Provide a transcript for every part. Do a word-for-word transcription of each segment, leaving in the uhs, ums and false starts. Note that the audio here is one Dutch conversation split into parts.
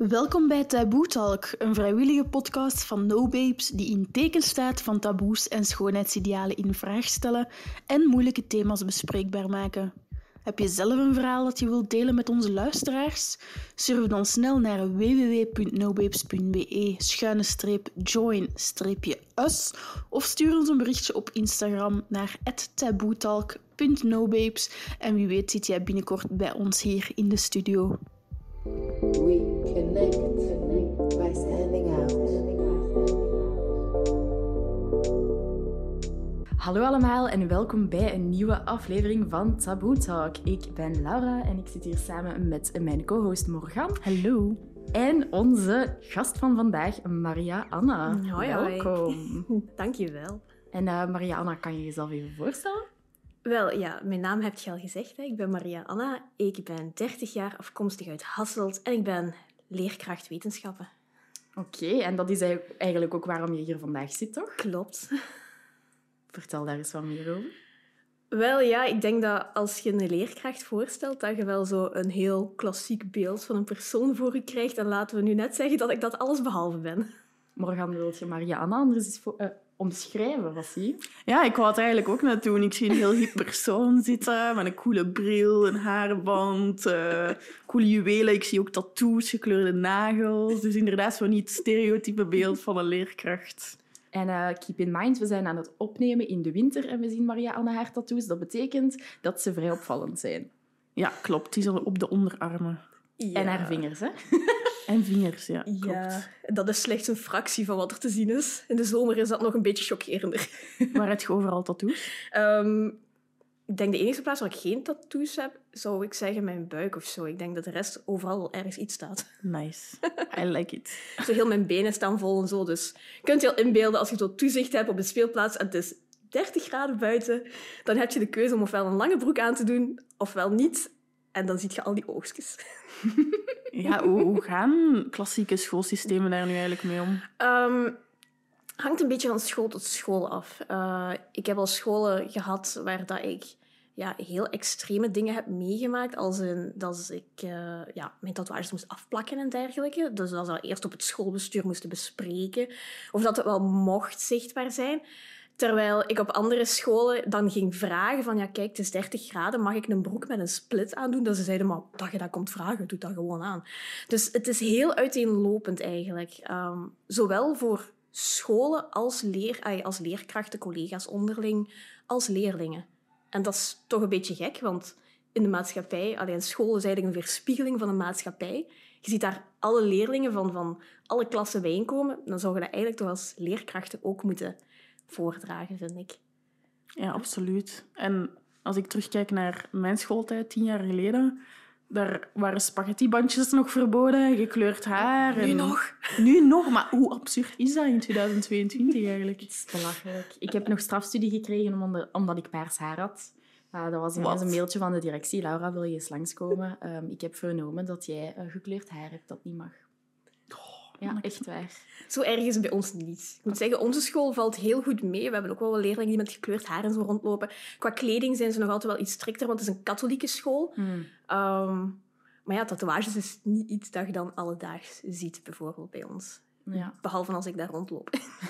Welkom bij Taboe Talk, een vrijwillige podcast van No Babes die in teken staat van taboes en schoonheidsidealen in vraag stellen en moeilijke thema's bespreekbaar maken. Heb je zelf een verhaal dat je wilt delen met onze luisteraars? Surf dan snel naar w w w punt nobabes punt b e schuine streep join streepje us of stuur ons een berichtje op Instagram naar at taboetalk punt nobabes en wie weet zit jij binnenkort bij ons hier in de studio. We connect by standing out. Hallo allemaal en welkom bij een nieuwe aflevering van Taboe Talk. Ik ben Laura en ik zit hier samen met mijn co-host Morgan. Hallo. En onze gast van vandaag, Maria Anna. Hoi, welkom. Hoi. Dankjewel. En uh, Maria Anna, kan je jezelf even voorstellen? Wel, ja, mijn naam heb je al gezegd. Hè. Ik ben Maria Anna. Ik ben dertig jaar, afkomstig uit Hasselt en ik ben leerkracht wetenschappen. Oké, okay, en dat is eigenlijk ook waarom je hier vandaag zit, toch? Klopt. Vertel daar eens wat meer over. Wel, ja, ik denk dat als je een leerkracht voorstelt, dat je wel zo een heel klassiek beeld van een persoon voor je krijgt. En laten we nu net zeggen dat ik dat alles behalve ben. Morgan, wil je Maria Anna anders eens voor, uh, omschrijven? Wat zie je? Ja, ik wou het eigenlijk ook net doen. Ik zie een heel hip persoon zitten met een coole bril, een haarband, uh, coole juwelen. Ik zie ook tattoos, gekleurde nagels. Dus inderdaad zo niet het stereotype beeld van een leerkracht. En uh, keep in mind, we zijn aan het opnemen in de winter en we zien Maria Anna haar tattoos. Dat betekent dat ze vrij opvallend zijn. Ja, klopt. Die zijn op de onderarmen. Ja. En haar vingers, hè? En vingers, ja. Klopt. Ja, dat is slechts een fractie van wat er te zien is. In de zomer is dat nog een beetje chockerender. Waar heb je overal tattoos? Um, ik denk de enige plaats waar ik geen tattoos heb, zou ik zeggen mijn buik of zo. Ik denk dat de rest overal wel ergens iets staat. Nice. I like it. Zo heel mijn benen staan vol en zo. Dus je kunt je al inbeelden als je zo toezicht hebt op een speelplaats en het is dertig graden buiten, dan heb je de keuze om ofwel een lange broek aan te doen, ofwel niet. En dan zie je al die oogstjes. Ja, hoe, hoe gaan klassieke schoolsystemen daar nu eigenlijk mee om? Um, hangt een beetje van school tot school af. Uh, ik heb al scholen gehad waar dat ik ja, heel extreme dingen heb meegemaakt. Als in, dat ik uh, ja, mijn tatoeages moest afplakken en dergelijke. Dus dat ze dat eerst op het schoolbestuur moesten bespreken. Of dat het wel mocht zichtbaar zijn. Terwijl ik op andere scholen dan ging vragen van... Ja, kijk, het is dertig graden, mag ik een broek met een split aandoen? Dat ze zeiden, maar dat je dat komt vragen, doe dat gewoon aan. Dus het is heel uiteenlopend eigenlijk. Um, zowel voor scholen als, leer, als leerkrachten, collega's onderling, als leerlingen. En dat is toch een beetje gek, want in de maatschappij... Alleen school is eigenlijk een weerspiegeling van de maatschappij. Je ziet daar alle leerlingen van, van alle klassen bijeenkomen. Dan zou je dat eigenlijk toch als leerkrachten ook moeten voordragen, vind ik. Ja, absoluut. En als ik terugkijk naar mijn schooltijd, tien jaar geleden, daar waren spaghettibandjes nog verboden, gekleurd haar. En... Nu nog? Nu nog? Maar hoe absurd is dat in tweeduizend tweeëntwintig eigenlijk? Het is belachelijk. Ik heb nog strafstudie gekregen omdat, omdat ik paars haar had. Uh, dat was ineens een mailtje van de directie. Laura, wil je eens langskomen? Um, ik heb vernomen dat jij uh, gekleurd haar hebt, dat niet mag. Ja, echt waar. Zo erg is het bij ons niet. Ik moet zeggen, onze school valt heel goed mee. We hebben ook wel wat leerlingen die met gekleurd haar en zo rondlopen. Qua kleding zijn ze nog altijd wel iets strikter, want het is een katholieke school. Hmm. Um, maar ja, tatoeages is niet iets dat je dan alledaags ziet, bijvoorbeeld bij ons. Ja. Behalve als ik daar rondloop.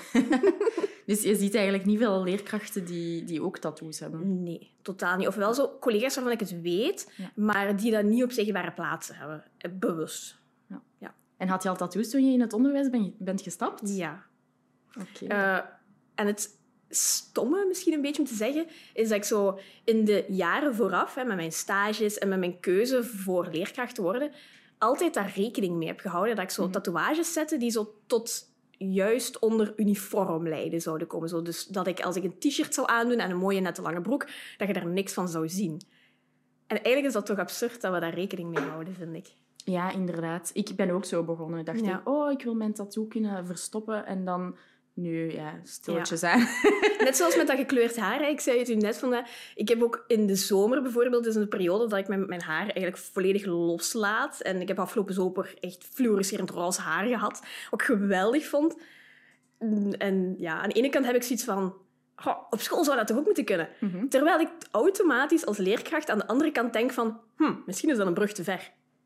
Dus je ziet eigenlijk niet veel leerkrachten die, die ook tattoos hebben? Nee, totaal niet. Ofwel zo collega's waarvan ik het weet, ja. maar die dat niet op zichtbare plaatsen hebben. Bewust. Ja. Ja. En had je al tattoos toen je in het onderwijs ben, bent gestapt? Ja. Oké. Okay. Uh, en het stomme, misschien een beetje om te zeggen, is dat ik zo in de jaren vooraf, hè, met mijn stages en met mijn keuze voor leerkracht te worden, altijd daar rekening mee heb gehouden dat ik zo mm-hmm. tatoeages zette die zo tot juist onder uniformlijden zouden komen. Zo, dus dat ik, als ik een t-shirt zou aandoen en een mooie nette lange broek, dat je daar niks van zou zien. En eigenlijk is dat toch absurd dat we daar rekening mee houden, vind ik. Ja, inderdaad. Ik ben ook zo begonnen. Ik dacht, ja. ik, oh, ik wil mijn tattoo kunnen verstoppen. En dan, nu, ja, stilletjes ja. aan. Net zoals met dat gekleurd haar. Hè. Ik zei het u net van... Ik heb ook in de zomer bijvoorbeeld, is een periode dat ik mijn, mijn haar eigenlijk volledig loslaat. En ik heb afgelopen zomer echt fluorescerend roze haar gehad. Wat ik geweldig vond. En ja, aan de ene kant heb ik zoiets van... Oh, op school zou dat toch ook moeten kunnen? Mm-hmm. Terwijl ik automatisch als leerkracht aan de andere kant denk van... Hm, misschien is dat een brug te ver.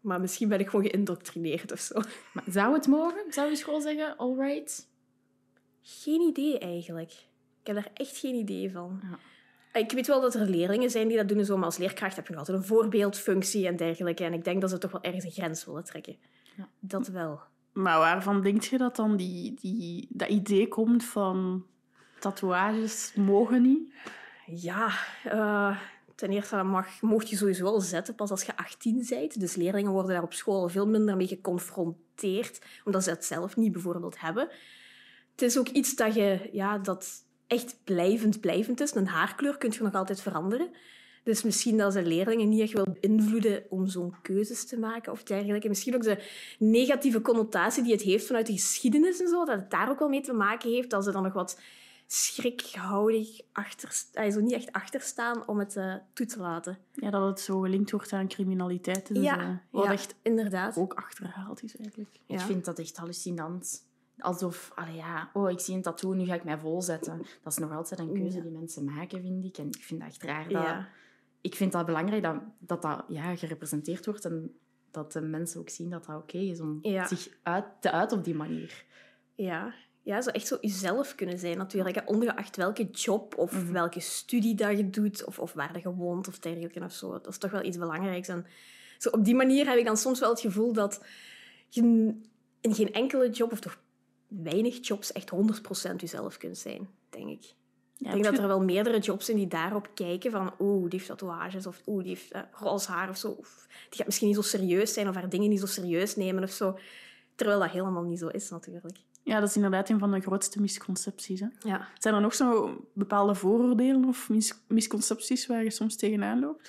Maar misschien ben ik gewoon geïndoctrineerd of zo. Maar zou het mogen? Zou je school zeggen, all right? Geen idee eigenlijk. Ik heb daar echt geen idee van. Ja. Ik weet wel dat er leerlingen zijn die dat doen, zo, maar als leerkracht heb je nog altijd een voorbeeldfunctie en dergelijke. En ik denk dat ze toch wel ergens een grens willen trekken. Ja. Dat wel. Maar waarvan denk je dat dan die, die, dat idee komt van tatoeages mogen niet? Ja, uh, ten eerste mag, mocht je sowieso al zetten pas als je achttien bent. Dus leerlingen worden daar op school veel minder mee geconfronteerd, omdat ze het zelf niet bijvoorbeeld hebben. Het is ook iets dat je... Ja, dat echt blijvend, blijvend is. Een haarkleur kun je nog altijd veranderen. Dus misschien dat ze leerlingen niet echt wil beïnvloeden om zo'n keuzes te maken of dergelijke. Misschien ook de negatieve connotatie die het heeft vanuit de geschiedenis en zo, dat het daar ook wel mee te maken heeft, dat ze dan nog wat schrikhoudig achter, ah, zo niet echt achter staan om het uh, toe te laten. Ja, dat het zo gelinkt wordt aan criminaliteit en ja, zo. Wat ja, echt inderdaad. ook achterhaald is eigenlijk. Ik Ja. vind dat echt hallucinant. Alsof, allee, ja, oh, ik zie een tattoo, nu ga ik mij volzetten. Dat is nog altijd een keuze Ja. die mensen maken, vind ik. En ik vind dat echt raar. Dat, Ja. Ik vind dat belangrijk dat dat, dat ja, gerepresenteerd wordt en dat de mensen ook zien dat dat oké is om Ja. zich uit te uiten op die manier. Ja. Ja, zo echt zo jezelf kunnen zijn natuurlijk. Hè. Ongeacht welke job of Mhm. welke studie dat je doet of, of waar je woont of dergelijke of zo. Dat is toch wel iets belangrijks. En zo op die manier heb ik dan soms wel het gevoel dat je in geen enkele job, of toch weinig jobs, echt honderd procent jezelf kunt zijn, denk ik. Ja, Ik denk dat er wel meerdere jobs zijn die daarop kijken van oeh, die heeft tatoeages of oeh, die heeft uh, roze haar of zo. Of, die gaat misschien niet zo serieus zijn of haar dingen niet zo serieus nemen of zo. Terwijl dat helemaal niet zo is, natuurlijk. Ja, dat is inderdaad een van de grootste misconcepties. Hè. Ja. Zijn er nog zo bepaalde vooroordelen of mis- misconcepties waar je soms tegenaan loopt?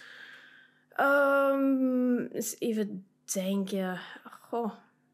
Um, eens even denken. Goh.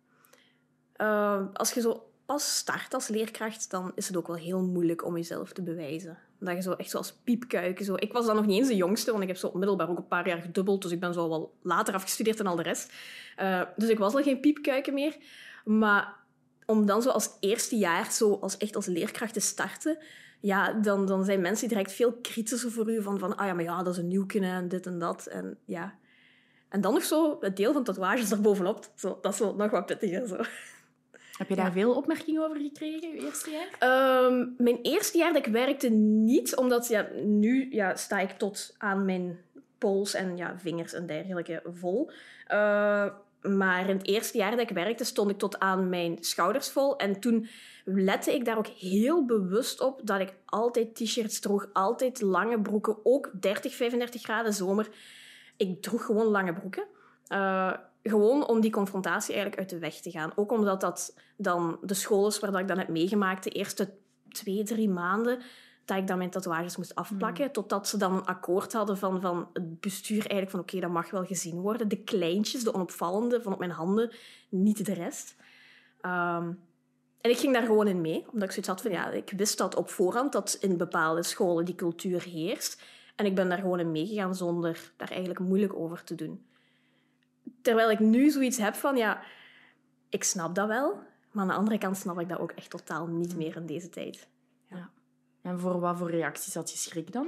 Uh, als je zo pas start als leerkracht, dan is het ook wel heel moeilijk om jezelf te bewijzen. Dat je zo echt zo als piepkuiken... Zo... Ik was dan nog niet eens de jongste, want ik heb zo op middelbaar ook een paar jaar gedubbeld, dus ik ben zo wel later afgestudeerd dan al de rest. Uh, dus ik was al geen piepkuiken meer. Maar om dan zo als eerste jaar zo als echt als leerkracht te starten, ja, dan, dan zijn mensen direct veel kritischer voor u. Van, van ah ja, maar ja, dat is een nieuwke en dit en dat. En, ja. en dan nog zo het deel van tatoeages erbovenop. Zo, dat is wel nog wat pittiger. Zo. Heb je daar Ja. veel opmerkingen over gekregen, je eerste jaar? Um, mijn eerste jaar dat ik werkte niet, omdat ja, nu ja, sta ik tot aan mijn pols en ja, vingers en dergelijke vol. Uh, maar in het eerste jaar dat ik werkte, stond ik tot aan mijn schouders vol. En toen lette ik daar ook heel bewust op dat ik altijd t-shirts droeg, altijd lange broeken, ook dertig, vijfendertig graden zomer. Ik droeg gewoon lange broeken. Uh, gewoon om die confrontatie eigenlijk uit de weg te gaan. Ook omdat dat dan de school is waar dat ik dan heb meegemaakt, de eerste twee, drie maanden, dat ik dan mijn tatoeages moest afplakken, mm. totdat ze dan een akkoord hadden van, van het bestuur eigenlijk van oké, okay, dat mag wel gezien worden. De kleintjes, de onopvallende van op mijn handen, niet de rest. Um, en ik ging daar gewoon in mee, omdat ik zoiets had van ja, ik wist dat op voorhand dat in bepaalde scholen die cultuur heerst. En ik ben daar gewoon in meegegaan zonder daar eigenlijk moeilijk over te doen. Terwijl ik nu zoiets heb van ja, ik snap dat wel, maar aan de andere kant snap ik dat ook echt totaal niet meer in deze tijd. Ja. En voor wat voor reacties had je schrik dan?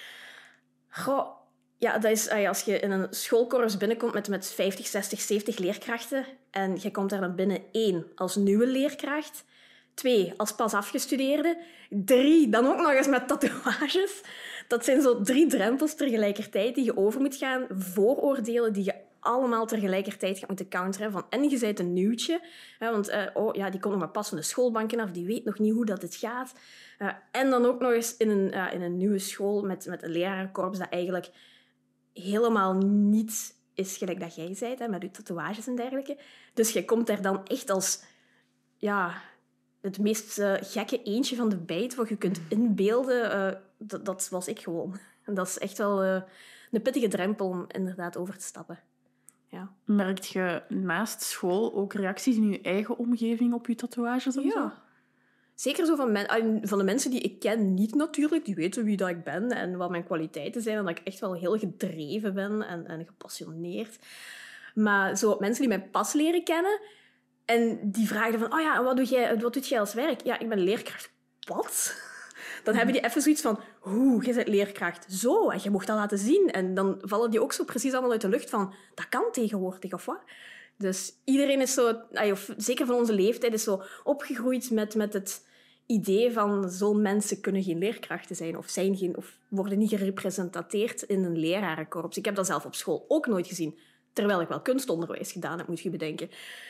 Goh, ja, dat is als je in een schoolkorps binnenkomt met, met vijftig, zestig, zeventig leerkrachten en je komt daar dan binnen één als nieuwe leerkracht, twee als pas afgestudeerde, drie dan ook nog eens met tatoeages. Dat zijn zo drie drempels tegelijkertijd die je over moet gaan, vooroordelen die je allemaal tegelijkertijd gaat moeten counteren. Van, en je bent een nieuwtje, hè, want uh, oh, ja, die komt nog maar pas van de schoolbanken af, die weet nog niet hoe dat het gaat. Uh, en dan ook nog eens in een, uh, in een nieuwe school met, met een lerarenkorps dat eigenlijk helemaal niet is gelijk dat jij bent, hè, met je tatoeages en dergelijke. Dus je komt daar dan echt als ja, het meest uh, gekke eentje van de bijt, wat je kunt inbeelden. Uh, dat, dat was ik gewoon. En dat is echt wel uh, een pittige drempel om inderdaad over te stappen. Ja. Merkt je naast school ook reacties in je eigen omgeving op je tatoeages en ja. zo? Zeker zo van, men, van de mensen die ik ken, niet natuurlijk. Die weten wie dat ik ben en wat mijn kwaliteiten zijn. En dat ik echt wel heel gedreven ben en, en gepassioneerd. Maar zo mensen die mij pas leren kennen en die vragen van, oh ja, wat doe jij, wat doe jij als werk? Ja, ik ben leerkracht. Wat? Dan hebben die even zoiets van, hoe, je bent leerkracht. Zo, en je mocht dat laten zien. En dan vallen die ook zo precies allemaal uit de lucht van, dat kan tegenwoordig, of wat? Dus iedereen is zo, of zeker van onze leeftijd, is zo opgegroeid met, met het idee van zo'n mensen kunnen geen leerkrachten zijn of, zijn geen, of worden niet gerepresenteerd in een lerarenkorps. Ik heb dat zelf op school ook nooit gezien, terwijl ik wel kunstonderwijs gedaan heb, moet je bedenken.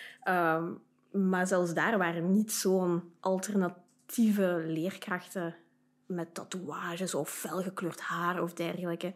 Um, maar zelfs daar waren niet zo'n alternatieve leerkrachten met tatoeages of felgekleurd haar of dergelijke.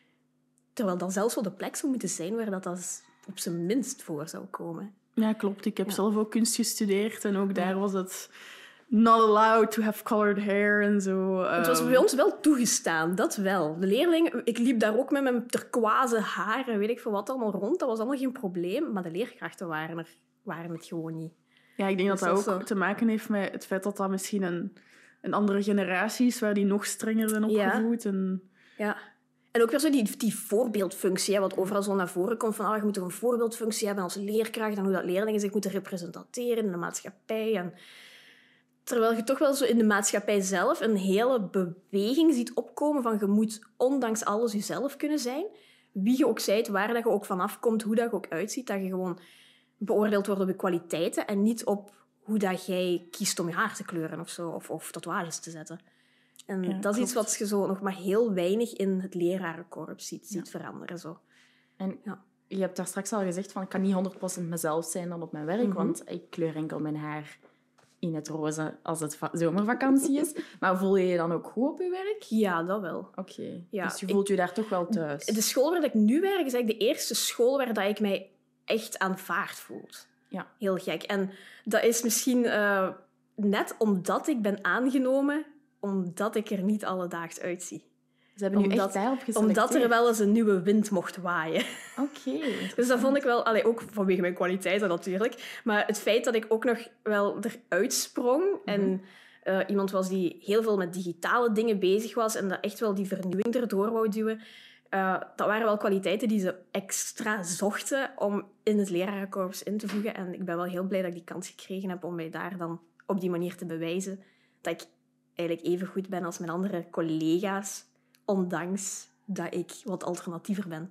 Terwijl dat zelfs wel de plek zou moeten zijn waar dat, dat op zijn minst voor zou komen. Ja, klopt. Ik heb Ja. zelf ook kunst gestudeerd en ook daar was het not allowed to have colored hair en zo. Het was Um, bij ons wel toegestaan, dat wel. De leerlingen, ik liep daar ook met mijn turquoise haar en weet ik veel wat allemaal rond. Dat was allemaal geen probleem, maar de leerkrachten waren, er, waren het gewoon niet. Ja, ik denk dat Dus dat dat ook is zo. te maken heeft met het feit dat dat misschien een, een andere generatie is, waar die nog strenger zijn Ja. opgevoed. En... Ja. En ook weer zo die, die voorbeeldfunctie, hè, wat overal zo naar voren komt. Van, ah, je moet toch een voorbeeldfunctie hebben als leerkracht en hoe dat leerlingen zich moeten representeren in de maatschappij. En... Terwijl je toch wel zo in de maatschappij zelf een hele beweging ziet opkomen van je moet ondanks alles jezelf kunnen zijn. Wie je ook zijt, waar dat je ook vanaf komt, hoe dat je ook uitziet. Dat je gewoon beoordeeld wordt op je kwaliteiten en niet op hoe dat jij kiest om je haar te kleuren of zo, of, of tatoeages te zetten. En Ja, dat is klopt. iets wat je zo nog maar heel weinig in het lerarenkorps ziet, ziet Ja. veranderen. Zo. En Ja. je hebt daar straks al gezegd van ik kan niet honderd procent mezelf zijn dan op mijn werk, Mhm. want ik kleur enkel mijn haar in het roze als het va- zomervakantie is. Maar voel je je dan ook goed op je werk? Ja, dat wel. Oké, Ja, dus je ik- voelt je daar toch wel thuis. De school waar ik nu werk is eigenlijk de eerste school waar dat ik mij echt aanvaard voel. Ja. Heel gek. En dat is misschien eh, net omdat ik ben aangenomen, omdat ik er niet alledaags uitzie. Ze hebben nu omdat- echt daarop geselecteerd. Omdat er wel eens een nieuwe wind mocht waaien. Oké. Dus dat vond ik wel... Allee, ook vanwege mijn kwaliteiten natuurlijk. Maar het feit dat ik ook nog wel eruit sprong en eh, iemand was die heel veel met digitale dingen bezig was en dat echt wel die vernieuwing erdoor wou duwen, uh, dat waren wel kwaliteiten die ze extra zochten om in het lerarenkorps in te voegen. En ik ben wel heel blij dat ik die kans gekregen heb om mij daar dan op die manier te bewijzen dat ik eigenlijk even goed ben als mijn andere collega's, ondanks dat ik wat alternatiever ben.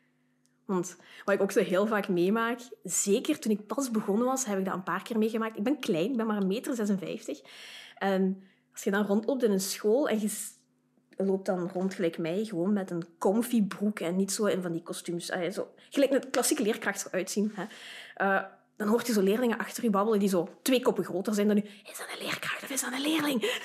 Want wat ik ook zo heel vaak meemaak, zeker toen ik pas begonnen was, heb ik dat een paar keer meegemaakt. Ik ben klein, ik ben maar een meter zesenvijftig. En als je dan rondloopt in een school en je s- loopt dan rond gelijk mij, gewoon met een comfy broek en niet zo in van die kostuums. eh, zo, gelijk een klassieke leerkracht zou uitzien. Hè. Uh, dan hoort je zo leerlingen achter je babbelen die zo twee koppen groter zijn dan u. Is dat een leerkracht of is dat een leerling?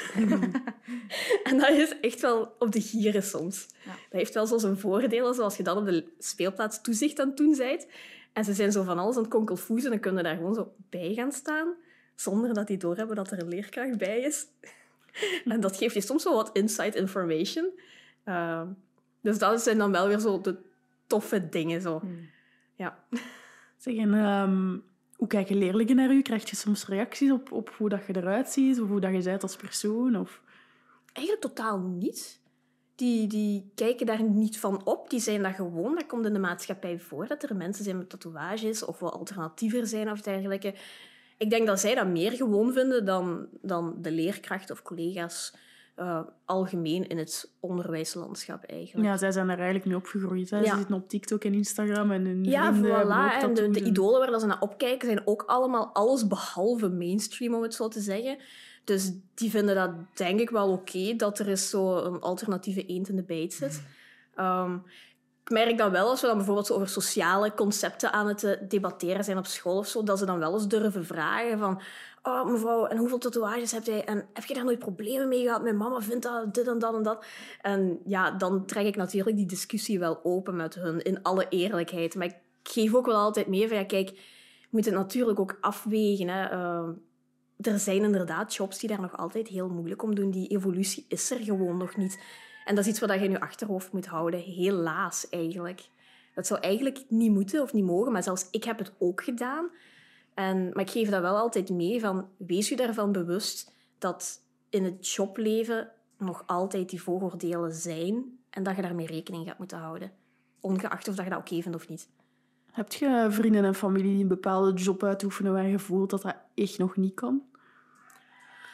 En dat is echt wel op de gieren soms. Ja. Dat heeft wel zo zijn voordelen, zoals je dan op de speelplaats toezicht aan het doen bent. En ze zijn zo van alles aan het konkelfoezen, dan kunnen daar gewoon zo bij gaan staan, zonder dat die doorhebben dat er een leerkracht bij is. En dat geeft je soms wel wat inside information. Uh, dus dat zijn dan wel weer zo de toffe dingen. Zo. Hmm. Ja. Zeg, en um, hoe kijken leerlingen naar u? Krijg je soms reacties op, op hoe dat je eruit ziet of hoe dat je bent als persoon? Of... Eigenlijk totaal niet. Die, die kijken daar niet van op. Die zijn dat gewoon. Dat komt in de maatschappij voor, dat er mensen zijn met tatoeages of wat alternatiever zijn of dergelijke. Ik denk dat zij dat meer gewoon vinden dan, dan de leerkracht of collega's uh, algemeen in het onderwijslandschap eigenlijk. Ja, zij zijn er eigenlijk mee opgegroeid. Hè? Ja. Ze zitten op TikTok en Instagram en hun Ja, vrienden hebben ook voilà. En de, de tattoos en- idolen waar ze naar opkijken zijn ook allemaal alles behalve mainstream, om het zo te zeggen. Dus die vinden dat denk ik wel oké, okay, dat er eens zo een alternatieve eend in de bijt zit. Um, ik merk dan wel, als we dan bijvoorbeeld zo over sociale concepten aan het debatteren zijn op school of zo, dat ze dan wel eens durven vragen van oh, mevrouw, en hoeveel tatoeages heb jij? En heb je daar nooit problemen mee gehad? Mijn mama vindt dat dit en dat en dat. En ja, dan trek ik natuurlijk die discussie wel open met hun, in alle eerlijkheid. Maar ik geef ook wel altijd mee van, ja, kijk, je moet het natuurlijk ook afwegen. Hè. Uh, er zijn inderdaad jobs die daar nog altijd heel moeilijk om doen. Die evolutie is er gewoon nog niet. En dat is iets wat je in je achterhoofd moet houden. Helaas, eigenlijk. Dat zou eigenlijk niet moeten of niet mogen, maar zelfs ik heb het ook gedaan. En, maar ik geef dat wel altijd mee van, wees u daarvan bewust dat in het jobleven nog altijd die vooroordelen zijn en dat je daarmee rekening gaat moeten houden. Ongeacht of dat je dat oké vindt of niet. Heb je vrienden en familie die een bepaalde job uitoefenen waar je voelt dat dat echt nog niet kan?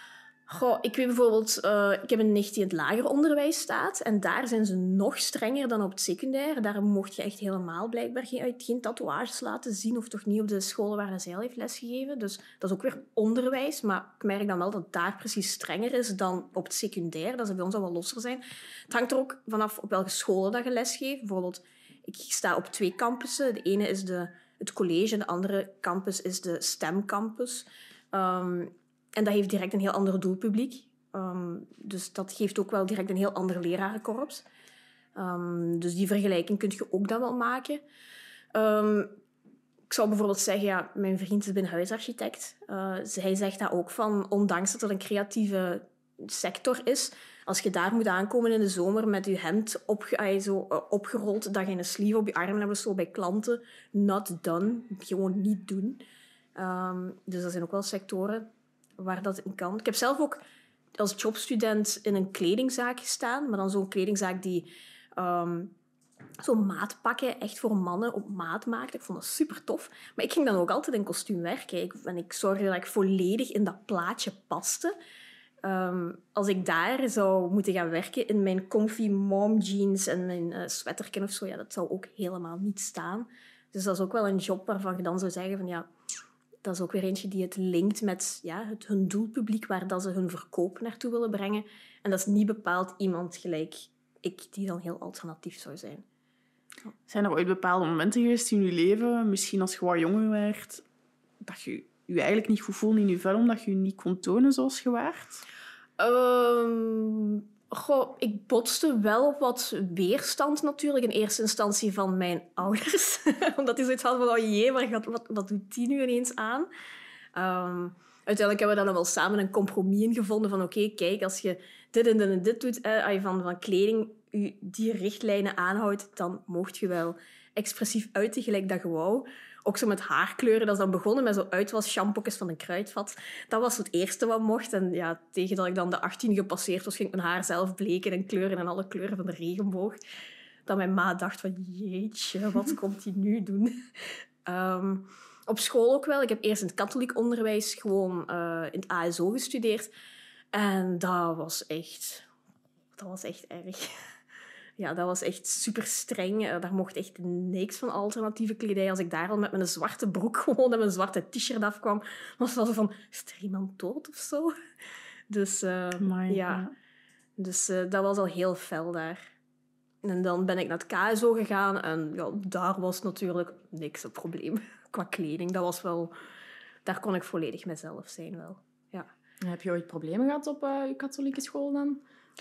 Goh, ik weet bijvoorbeeld, uh, ik heb een nicht die in het lager onderwijs staat en daar zijn ze nog strenger dan op het secundair. Daar mocht je echt helemaal blijkbaar geen, geen tatoeages laten zien of toch niet op de scholen waar zij al heeft lesgegeven. Dus dat is ook weer onderwijs, maar ik merk dan wel dat daar precies strenger is dan op het secundair, dat ze bij ons al wel losser zijn. Het hangt er ook vanaf op welke scholen dat je lesgeeft. Bijvoorbeeld, ik sta op twee campussen. De ene is de, het college en de andere campus is de STEM-campus. Um, En dat heeft direct een heel ander doelpubliek. Um, dus dat geeft ook wel direct een heel ander lerarenkorps. Um, dus die vergelijking kun je ook dan wel maken. Um, ik zou bijvoorbeeld zeggen, ja, mijn vriend is binnenhuisarchitect. Uh, hij zegt dat ook van, ondanks dat het een creatieve sector is, als je daar moet aankomen in de zomer met je hemd opge- zo, uh, opgerold, dat je een sleeve op je arm hebt, zo bij klanten, not done. Gewoon niet doen. Um, dus dat zijn ook wel sectoren waar dat in kan. Ik heb zelf ook als jobstudent in een kledingzaak gestaan, maar dan zo'n kledingzaak die um, zo'n maatpakken echt voor mannen op maat maakte. Ik vond dat super tof. Maar ik ging dan ook altijd in kostuum werken. Ik, en ik zorgde dat ik volledig in dat plaatje paste. Um, als ik daar zou moeten gaan werken in mijn comfy mom jeans en mijn uh, sweaterken of zo, ja, dat zou ook helemaal niet staan. Dus dat is ook wel een job waarvan je dan zou zeggen van ja, dat is ook weer eentje die het linkt met ja, het, hun doelpubliek, waar dat ze hun verkoop naartoe willen brengen. En dat is niet bepaald iemand gelijk ik, die dan heel alternatief zou zijn. Zijn er ooit bepaalde momenten geweest in je leven, misschien als je wat jonger werd, dat je je eigenlijk niet goed voelde in je vel, omdat je je niet kon tonen zoals je waart? Um, goh, ik botste wel op wat weerstand natuurlijk. In eerste instantie van mijn ouders. Omdat die zoiets hadden van, oh jee, maar wat, wat, wat doet die nu ineens aan? Um, uiteindelijk hebben we dan wel samen een compromis in gevonden van, oké, okay, kijk, als je dit en dit en dit doet, eh, als je van, van kleding je die richtlijnen aanhoudt, dan mocht je wel expressief uiten gelijk dat je wou. Ook zo met haarkleuren. Dat is dan begonnen met zo uitwasshampookjes van een kruidvat. Dat was het eerste wat mocht. En ja, tegen dat ik dan de achttien gepasseerd was, ging ik mijn haar zelf bleken en kleuren en alle kleuren van de regenboog. Dat mijn ma dacht van, jeetje, wat komt die nu doen? Um, op school ook wel. Ik heb eerst in het katholiek onderwijs gewoon uh, in het A S O gestudeerd. En dat was echt... Dat was echt erg. Ja, dat was echt super streng. Daar mocht echt niks van alternatieve kledij. Als ik daar al met mijn zwarte broek gewoon en mijn zwarte t-shirt afkwam, was het al van, is er iemand dood of zo? Dus uh, My, ja, ja. dus uh, dat was al heel fel daar. En dan ben ik naar het K S O gegaan en ja, daar was natuurlijk niks het probleem qua kleding. Dat was wel, daar kon ik volledig mezelf zijn wel. Ja. Heb je ooit problemen gehad op uh, je katholieke school dan?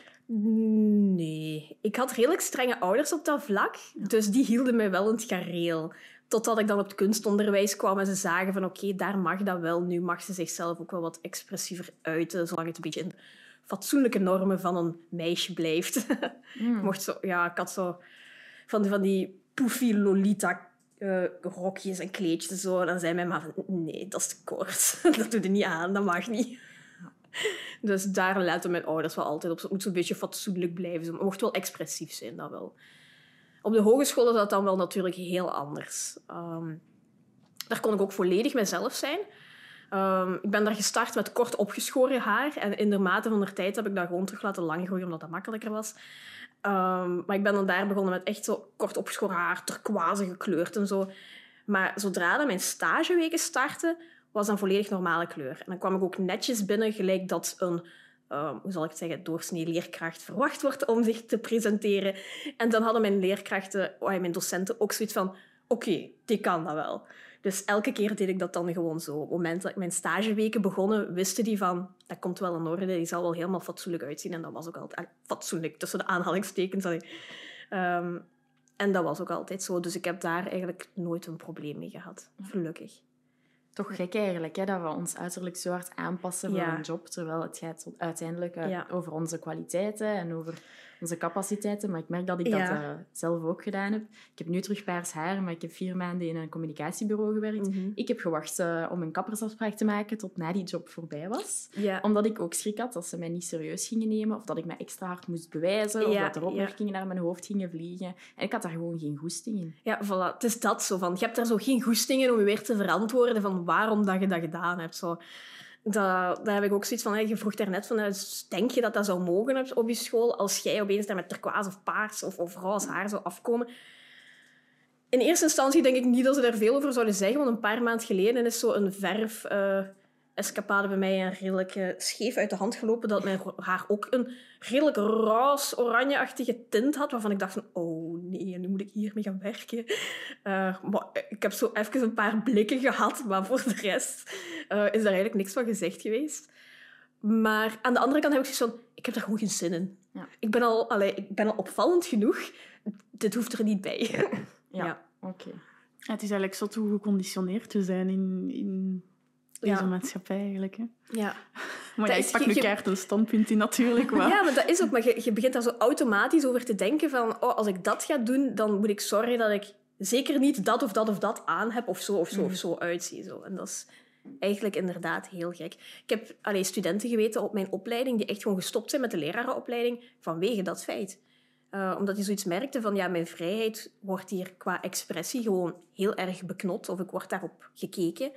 Nee. Ik had redelijk strenge ouders op dat vlak, ja. Dus die hielden mij wel in het gareel. Totdat ik dan op het kunstonderwijs kwam en ze zagen van oké, okay, daar mag dat wel. Nu mag ze zichzelf ook wel wat expressiever uiten, zolang het een beetje in fatsoenlijke normen van een meisje blijft. Mm. Mocht zo, ja, ik had zo van die, van die poefy Lolita uh, rokjes en kleedjes en zo. En dan zei mijn ma van, nee, dat is te kort. Dat doe je niet aan, dat mag niet. Dus daar letten mijn ouders wel altijd op. Het moet zo'n beetje fatsoenlijk blijven. Het mocht wel expressief zijn, dat wel. Op de hogeschool is dat dan wel natuurlijk heel anders. Um, daar kon ik ook volledig mezelf zijn. Um, ik ben daar gestart met kort opgeschoren haar. En in de mate van de tijd heb ik dat gewoon terug laten lang groeien, omdat dat makkelijker was. Um, maar ik ben dan daar begonnen met echt zo kort opgeschoren haar, turquoise gekleurd en zo. Maar zodra dat mijn stageweken startten, was dan volledig normale kleur. En dan kwam ik ook netjes binnen, gelijk dat een, uh, hoe zal ik het zeggen, doorsnee leerkracht verwacht wordt om zich te presenteren. En dan hadden mijn leerkrachten, oh, mijn docenten, ook zoiets van, oké, okay, die kan dat wel. Dus elke keer deed ik dat dan gewoon zo. Op het moment dat ik mijn stageweken begonnen, wisten die van, dat komt wel in orde, die zal wel helemaal fatsoenlijk uitzien. En dat was ook altijd, fatsoenlijk, tussen de aanhalingstekens. Um, en dat was ook altijd zo. Dus ik heb daar eigenlijk nooit een probleem mee gehad. Gelukkig. Toch gek eigenlijk, hè, dat we ons uiterlijk zo hard aanpassen voor ja. een job, terwijl het gaat uiteindelijk uh, ja. over onze kwaliteiten en over onze capaciteiten. Maar ik merk dat ik dat ja. uh, zelf ook gedaan heb. Ik heb nu terug paars haar, maar ik heb vier maanden in een communicatiebureau gewerkt. Mm-hmm. Ik heb gewacht uh, om een kappersafspraak te maken tot na die job voorbij was. Ja. Omdat ik ook schrik had dat ze mij niet serieus gingen nemen, of dat ik mij extra hard moest bewijzen, of ja. dat er opmerkingen ja. naar mijn hoofd gingen vliegen. En ik had daar gewoon geen goesting in. Ja, voilà. Het is dat zo van. Je hebt daar zo geen goesting in om je weer te verantwoorden van waarom dat je dat gedaan hebt. Zo. dat, daar heb ik ook zoiets van... Hè, je vroeg daarnet van, denk je dat dat zou mogen op, op je school als jij opeens daar met turquoise of paars of, of roze haar zou afkomen? In eerste instantie denk ik niet dat ze daar veel over zouden zeggen, want een paar maanden geleden is zo een verf... Uh, escapade bij mij een redelijk uh, scheef uit de hand gelopen, dat mijn haar ook een redelijk roze-oranje-achtige tint had, waarvan ik dacht van, oh nee, nu moet ik hiermee gaan werken. Uh, maar ik heb zo even een paar blikken gehad, maar voor de rest uh, is daar eigenlijk niks van gezegd geweest. Maar aan de andere kant heb ik zoiets van, ik heb daar gewoon geen zin in. Ja. Ik, ben al, allee, ik ben al opvallend genoeg. Dit hoeft er niet bij. Ja, ja. oké. Okay. Ja, het is eigenlijk zo toe geconditioneerd te zijn in... in... Deze ja. maatschappij eigenlijk. Hè. Ja. Maar ja, ik pak nu keihard een standpunt in natuurlijk. Maar... Ja, maar dat is ook. Maar je, je begint daar zo automatisch over te denken van... Oh, als ik dat ga doen, dan moet ik zorgen dat ik zeker niet dat of dat of dat aan heb of zo of zo mm. of zo uitzie. Zo. En dat is eigenlijk inderdaad heel gek. Ik heb allee, studenten geweten op mijn opleiding die echt gewoon gestopt zijn met de lerarenopleiding vanwege dat feit. Uh, omdat je zoiets merkte van... Ja, mijn vrijheid wordt hier qua expressie gewoon heel erg beknot. Of ik word daarop gekeken...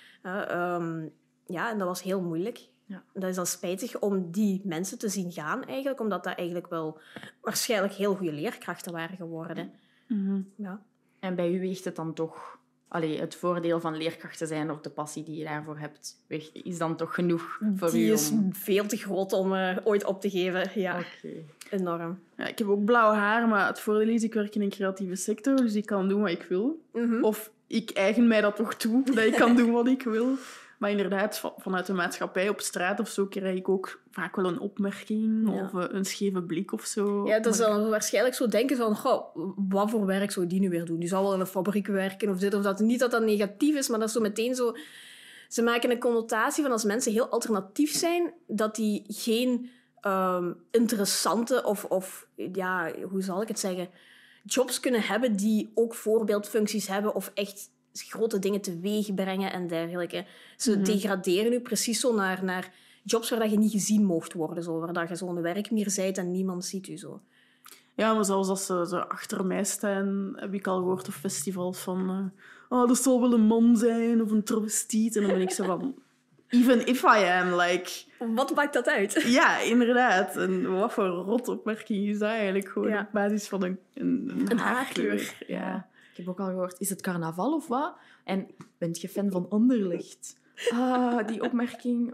Uh, um, ja, en dat was heel moeilijk. Ja. Dat is dan spijtig om die mensen te zien gaan, eigenlijk, omdat dat eigenlijk wel waarschijnlijk heel goede leerkrachten waren geworden. Mm-hmm. Ja. En bij u weegt het dan toch... Allee, het voordeel van leerkrachten zijn of de passie die je daarvoor hebt, is dan toch genoeg voor die u? Die is om... veel te groot om uh, ooit op te geven. Ja, okay. Enorm. Ja, ik heb ook blauw haar, maar het voordeel is, ik werk in een creatieve sector, dus ik kan doen wat ik wil. Mm-hmm. Of ik eigen mij dat toch toe, dat ik kan doen wat ik wil. Maar inderdaad, vanuit de maatschappij op straat of zo krijg ik ook vaak wel een opmerking ja. of een scheve blik of zo. Ja, dat is maar... dan waarschijnlijk zo denken van, goh, wat voor werk zou die nu weer doen? Die zou wel in een fabriek werken of dit of dat. Niet dat dat negatief is, maar dat is zo meteen zo... Ze maken een connotatie van als mensen heel alternatief zijn, dat die geen um, interessante of, of, ja, hoe zal ik het zeggen, jobs kunnen hebben die ook voorbeeldfuncties hebben of echt grote dingen teweeg brengen en dergelijke. Ze mm-hmm. degraderen nu precies zo naar, naar jobs waar je niet gezien mocht worden. Zo, waar je zo'n werkmier bent en niemand ziet u zo. Ja, maar zelfs als ze, ze achter mij staan, heb ik al gehoord op festivals van... Uh, oh, dat zal wel een man zijn of een travestiet. En dan ben ik zo van... Even if I am, like... Wat maakt dat uit? Ja, inderdaad. En wat voor rotopmerking is dat eigenlijk? Gewoon ja. op basis van een, een, een, een haarkleur. Ja. ja. Ik heb ook al gehoord, is het carnaval of wat? En bent je fan van Anderlecht? Ah, die opmerking...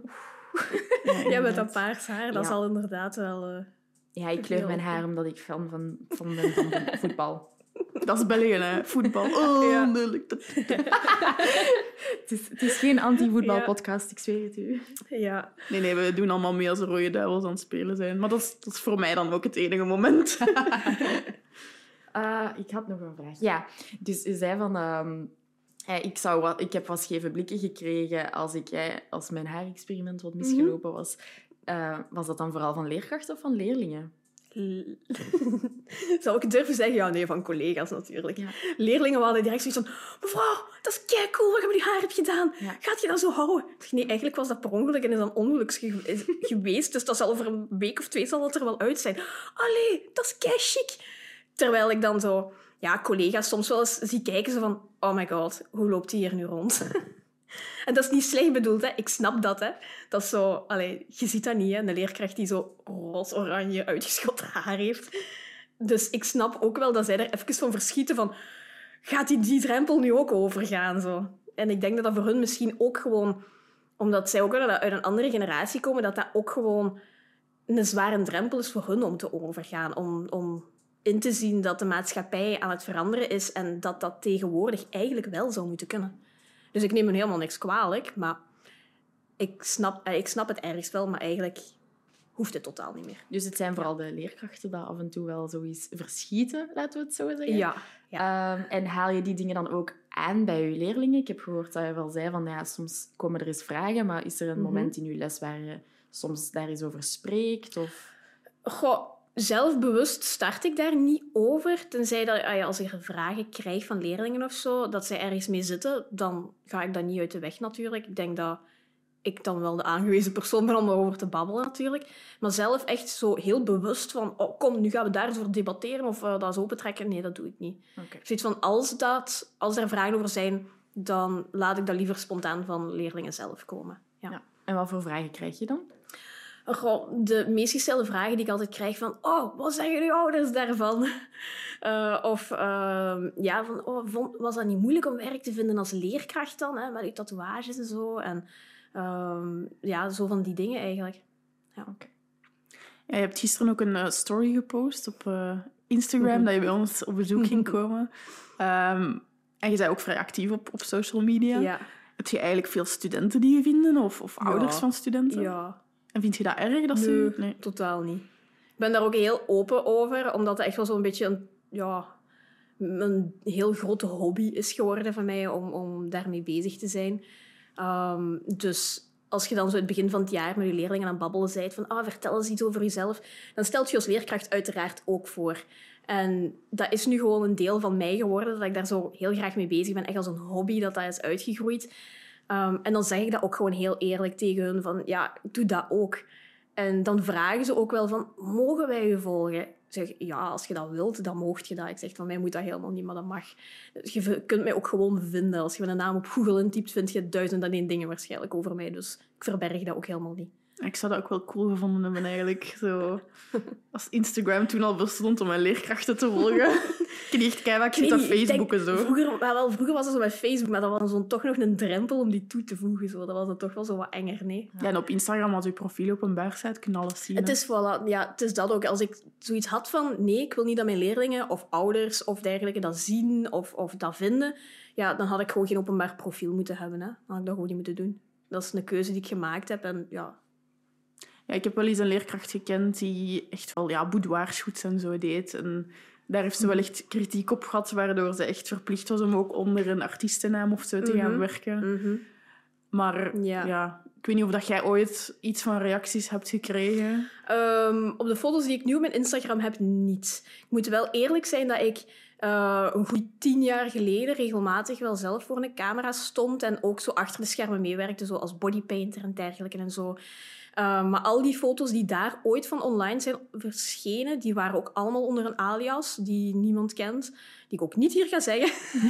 Ja, ja, met dat paars haar, dat ja. zal inderdaad wel... Uh, ja, ik kleur mijn haar omdat ik fan van, van ben van voetbal. Dat is België, hè? Voetbal. Oh, ja. nee. het, is, het is geen anti-voetbalpodcast, ik zweer het u. Ja. Nee, nee, we doen allemaal mee als de Rode Duivels aan het spelen zijn. Maar dat is, dat is voor mij dan ook het enige moment. uh, ik had nog een vraag. Ja, dus u zei van... Um, hey, ik, zou wat, ik heb wat scheve blikken gekregen als, ik, hey, als mijn haarexperiment wat misgelopen was. Uh, was dat dan vooral van leerkrachten of van leerlingen? Zou ik durven zeggen? Ja, nee, van collega's natuurlijk. Ja. Leerlingen hadden direct zoiets van... Mevrouw, dat is kei cool wat je met je haar hebt gedaan. Ja. Gaat je dat zo houden? Nee, eigenlijk was dat per ongeluk en is dan ongeluks ge- geweest. Dus dat zal over een week of twee zal dat er wel uit zijn. Allee, dat is kei chic. Terwijl ik dan zo... Ja, collega's soms wel eens zie kijken zo van... Oh my god, hoe loopt die hier nu rond? En dat is niet slecht bedoeld, hè. Ik snap dat, hè. Dat is zo... Allee, je ziet dat niet, hè. Een leerkracht die zo roze-oranje uitgeschot haar heeft. Dus ik snap ook wel dat zij er even van verschieten van... Gaat die, die drempel nu ook overgaan, zo? En ik denk dat dat voor hun misschien ook gewoon... Omdat zij ook uit een andere generatie komen, dat dat ook gewoon een zware drempel is voor hun om te overgaan. Om, om in te zien dat de maatschappij aan het veranderen is en dat dat tegenwoordig eigenlijk wel zou moeten kunnen. Dus ik neem hen helemaal niks kwalijk, maar ik snap, ik snap het ergens wel, maar eigenlijk hoeft het totaal niet meer. Dus het zijn vooral de leerkrachten die af en toe wel zoiets verschieten, laten we het zo zeggen. Ja. ja. Um, en haal je die dingen dan ook aan bij je leerlingen? Ik heb gehoord dat je wel zei van, ja, soms komen er eens vragen, maar is er een mm-hmm. moment in je les waar je soms daar eens over spreekt? Of... Goh, zelfbewust start ik daar niet over. Tenzij dat als ik vragen krijg van leerlingen of zo, dat zij ergens mee zitten, dan ga ik dat niet uit de weg natuurlijk. Ik denk dat ik dan wel de aangewezen persoon ben om daarover te babbelen natuurlijk. Maar zelf echt zo heel bewust van, oh kom, nu gaan we daarover debatteren of uh, dat eens opentrekken. Nee, dat doe ik niet. Okay. Zoiets van, als, dat, als er vragen over zijn, dan laat ik dat liever spontaan van leerlingen zelf komen. Ja. Ja. En wat voor vragen krijg je dan? Goh, de meest gestelde vragen die ik altijd krijg van... Oh, wat zeggen uw ouders daarvan? Uh, of uh, ja, van... Oh, vond, was dat niet moeilijk om werk te vinden als leerkracht dan? Hè, met uw tatoeages en zo. En uh, ja, zo van die dingen eigenlijk. Ja, oké. Okay. Ja, je hebt gisteren ook een uh, story gepost op uh, Instagram, mm-hmm. dat je bij ons op bezoek ging komen. Um, en je bent ook vrij actief op, op social media. Ja. Heb je eigenlijk veel studenten die je vinden? Of, of ja. ouders van studenten? Ja. En vind je dat erg? Dat nee, ze... nee, totaal niet. Ik ben daar ook heel open over, omdat het echt wel zo'n beetje een, ja, een heel grote hobby is geworden van mij om, om daarmee bezig te zijn. Um, dus als je dan zo in het begin van het jaar met je leerlingen aan het babbelen bent van ah, vertel eens iets over jezelf, dan stelt je als leerkracht uiteraard ook voor. En dat is nu gewoon een deel van mij geworden, dat ik daar zo heel graag mee bezig ben. Echt als een hobby dat dat is uitgegroeid. Um, en dan zeg ik dat ook gewoon heel eerlijk tegen hun van ja, doe dat ook. En dan vragen ze ook wel van, mogen wij je volgen? Ik zeg, ja, als je dat wilt, dan moogt je dat. Ik zeg, van mij moet dat helemaal niet, maar dat mag. Je kunt mij ook gewoon vinden. Als je mijn naam op Google intypt, vind je duizend en één dingen waarschijnlijk over mij. Dus ik verberg dat ook helemaal niet. Ik zou dat ook wel cool gevonden hebben, eigenlijk. Zo, als Instagram toen al bestond om mijn leerkrachten te volgen. Ik heb echt keihard gezien op Facebook en zo. Vroeger, wel, vroeger was het zo met Facebook, maar dat was zo toch nog een drempel om die toe te voegen. Zo. Dat was het toch wel zo wat enger, nee? Ja, en op Instagram, als je profiel openbaar staat, kun je alles zien. Het is, voilà, ja, het is dat ook. Als ik zoiets had van, nee, ik wil niet dat mijn leerlingen of ouders of dergelijke dat zien of, of dat vinden, ja, dan had ik gewoon geen openbaar profiel moeten hebben. Hè. Dan had ik dat gewoon niet moeten doen. Dat is een keuze die ik gemaakt heb en ja... Ja, ik heb wel eens een leerkracht gekend die echt wel ja, boudoirshoots en zo deed. En daar heeft ze wel echt kritiek op gehad, waardoor ze echt verplicht was om ook onder een artiestennaam of zo te gaan mm-hmm. werken. Mm-hmm. Maar ja. ja, ik weet niet of dat jij ooit iets van reacties hebt gekregen. Um, op de foto's die ik nu op mijn Instagram heb, niet. Ik moet wel eerlijk zijn dat ik uh, een goed tien jaar geleden regelmatig wel zelf voor een camera stond en ook zo achter de schermen meewerkte, zo als bodypainter en dergelijke en zo. Uh, maar al die foto's die daar ooit van online zijn verschenen, die waren ook allemaal onder een alias die niemand kent, die ik ook niet hier ga zeggen.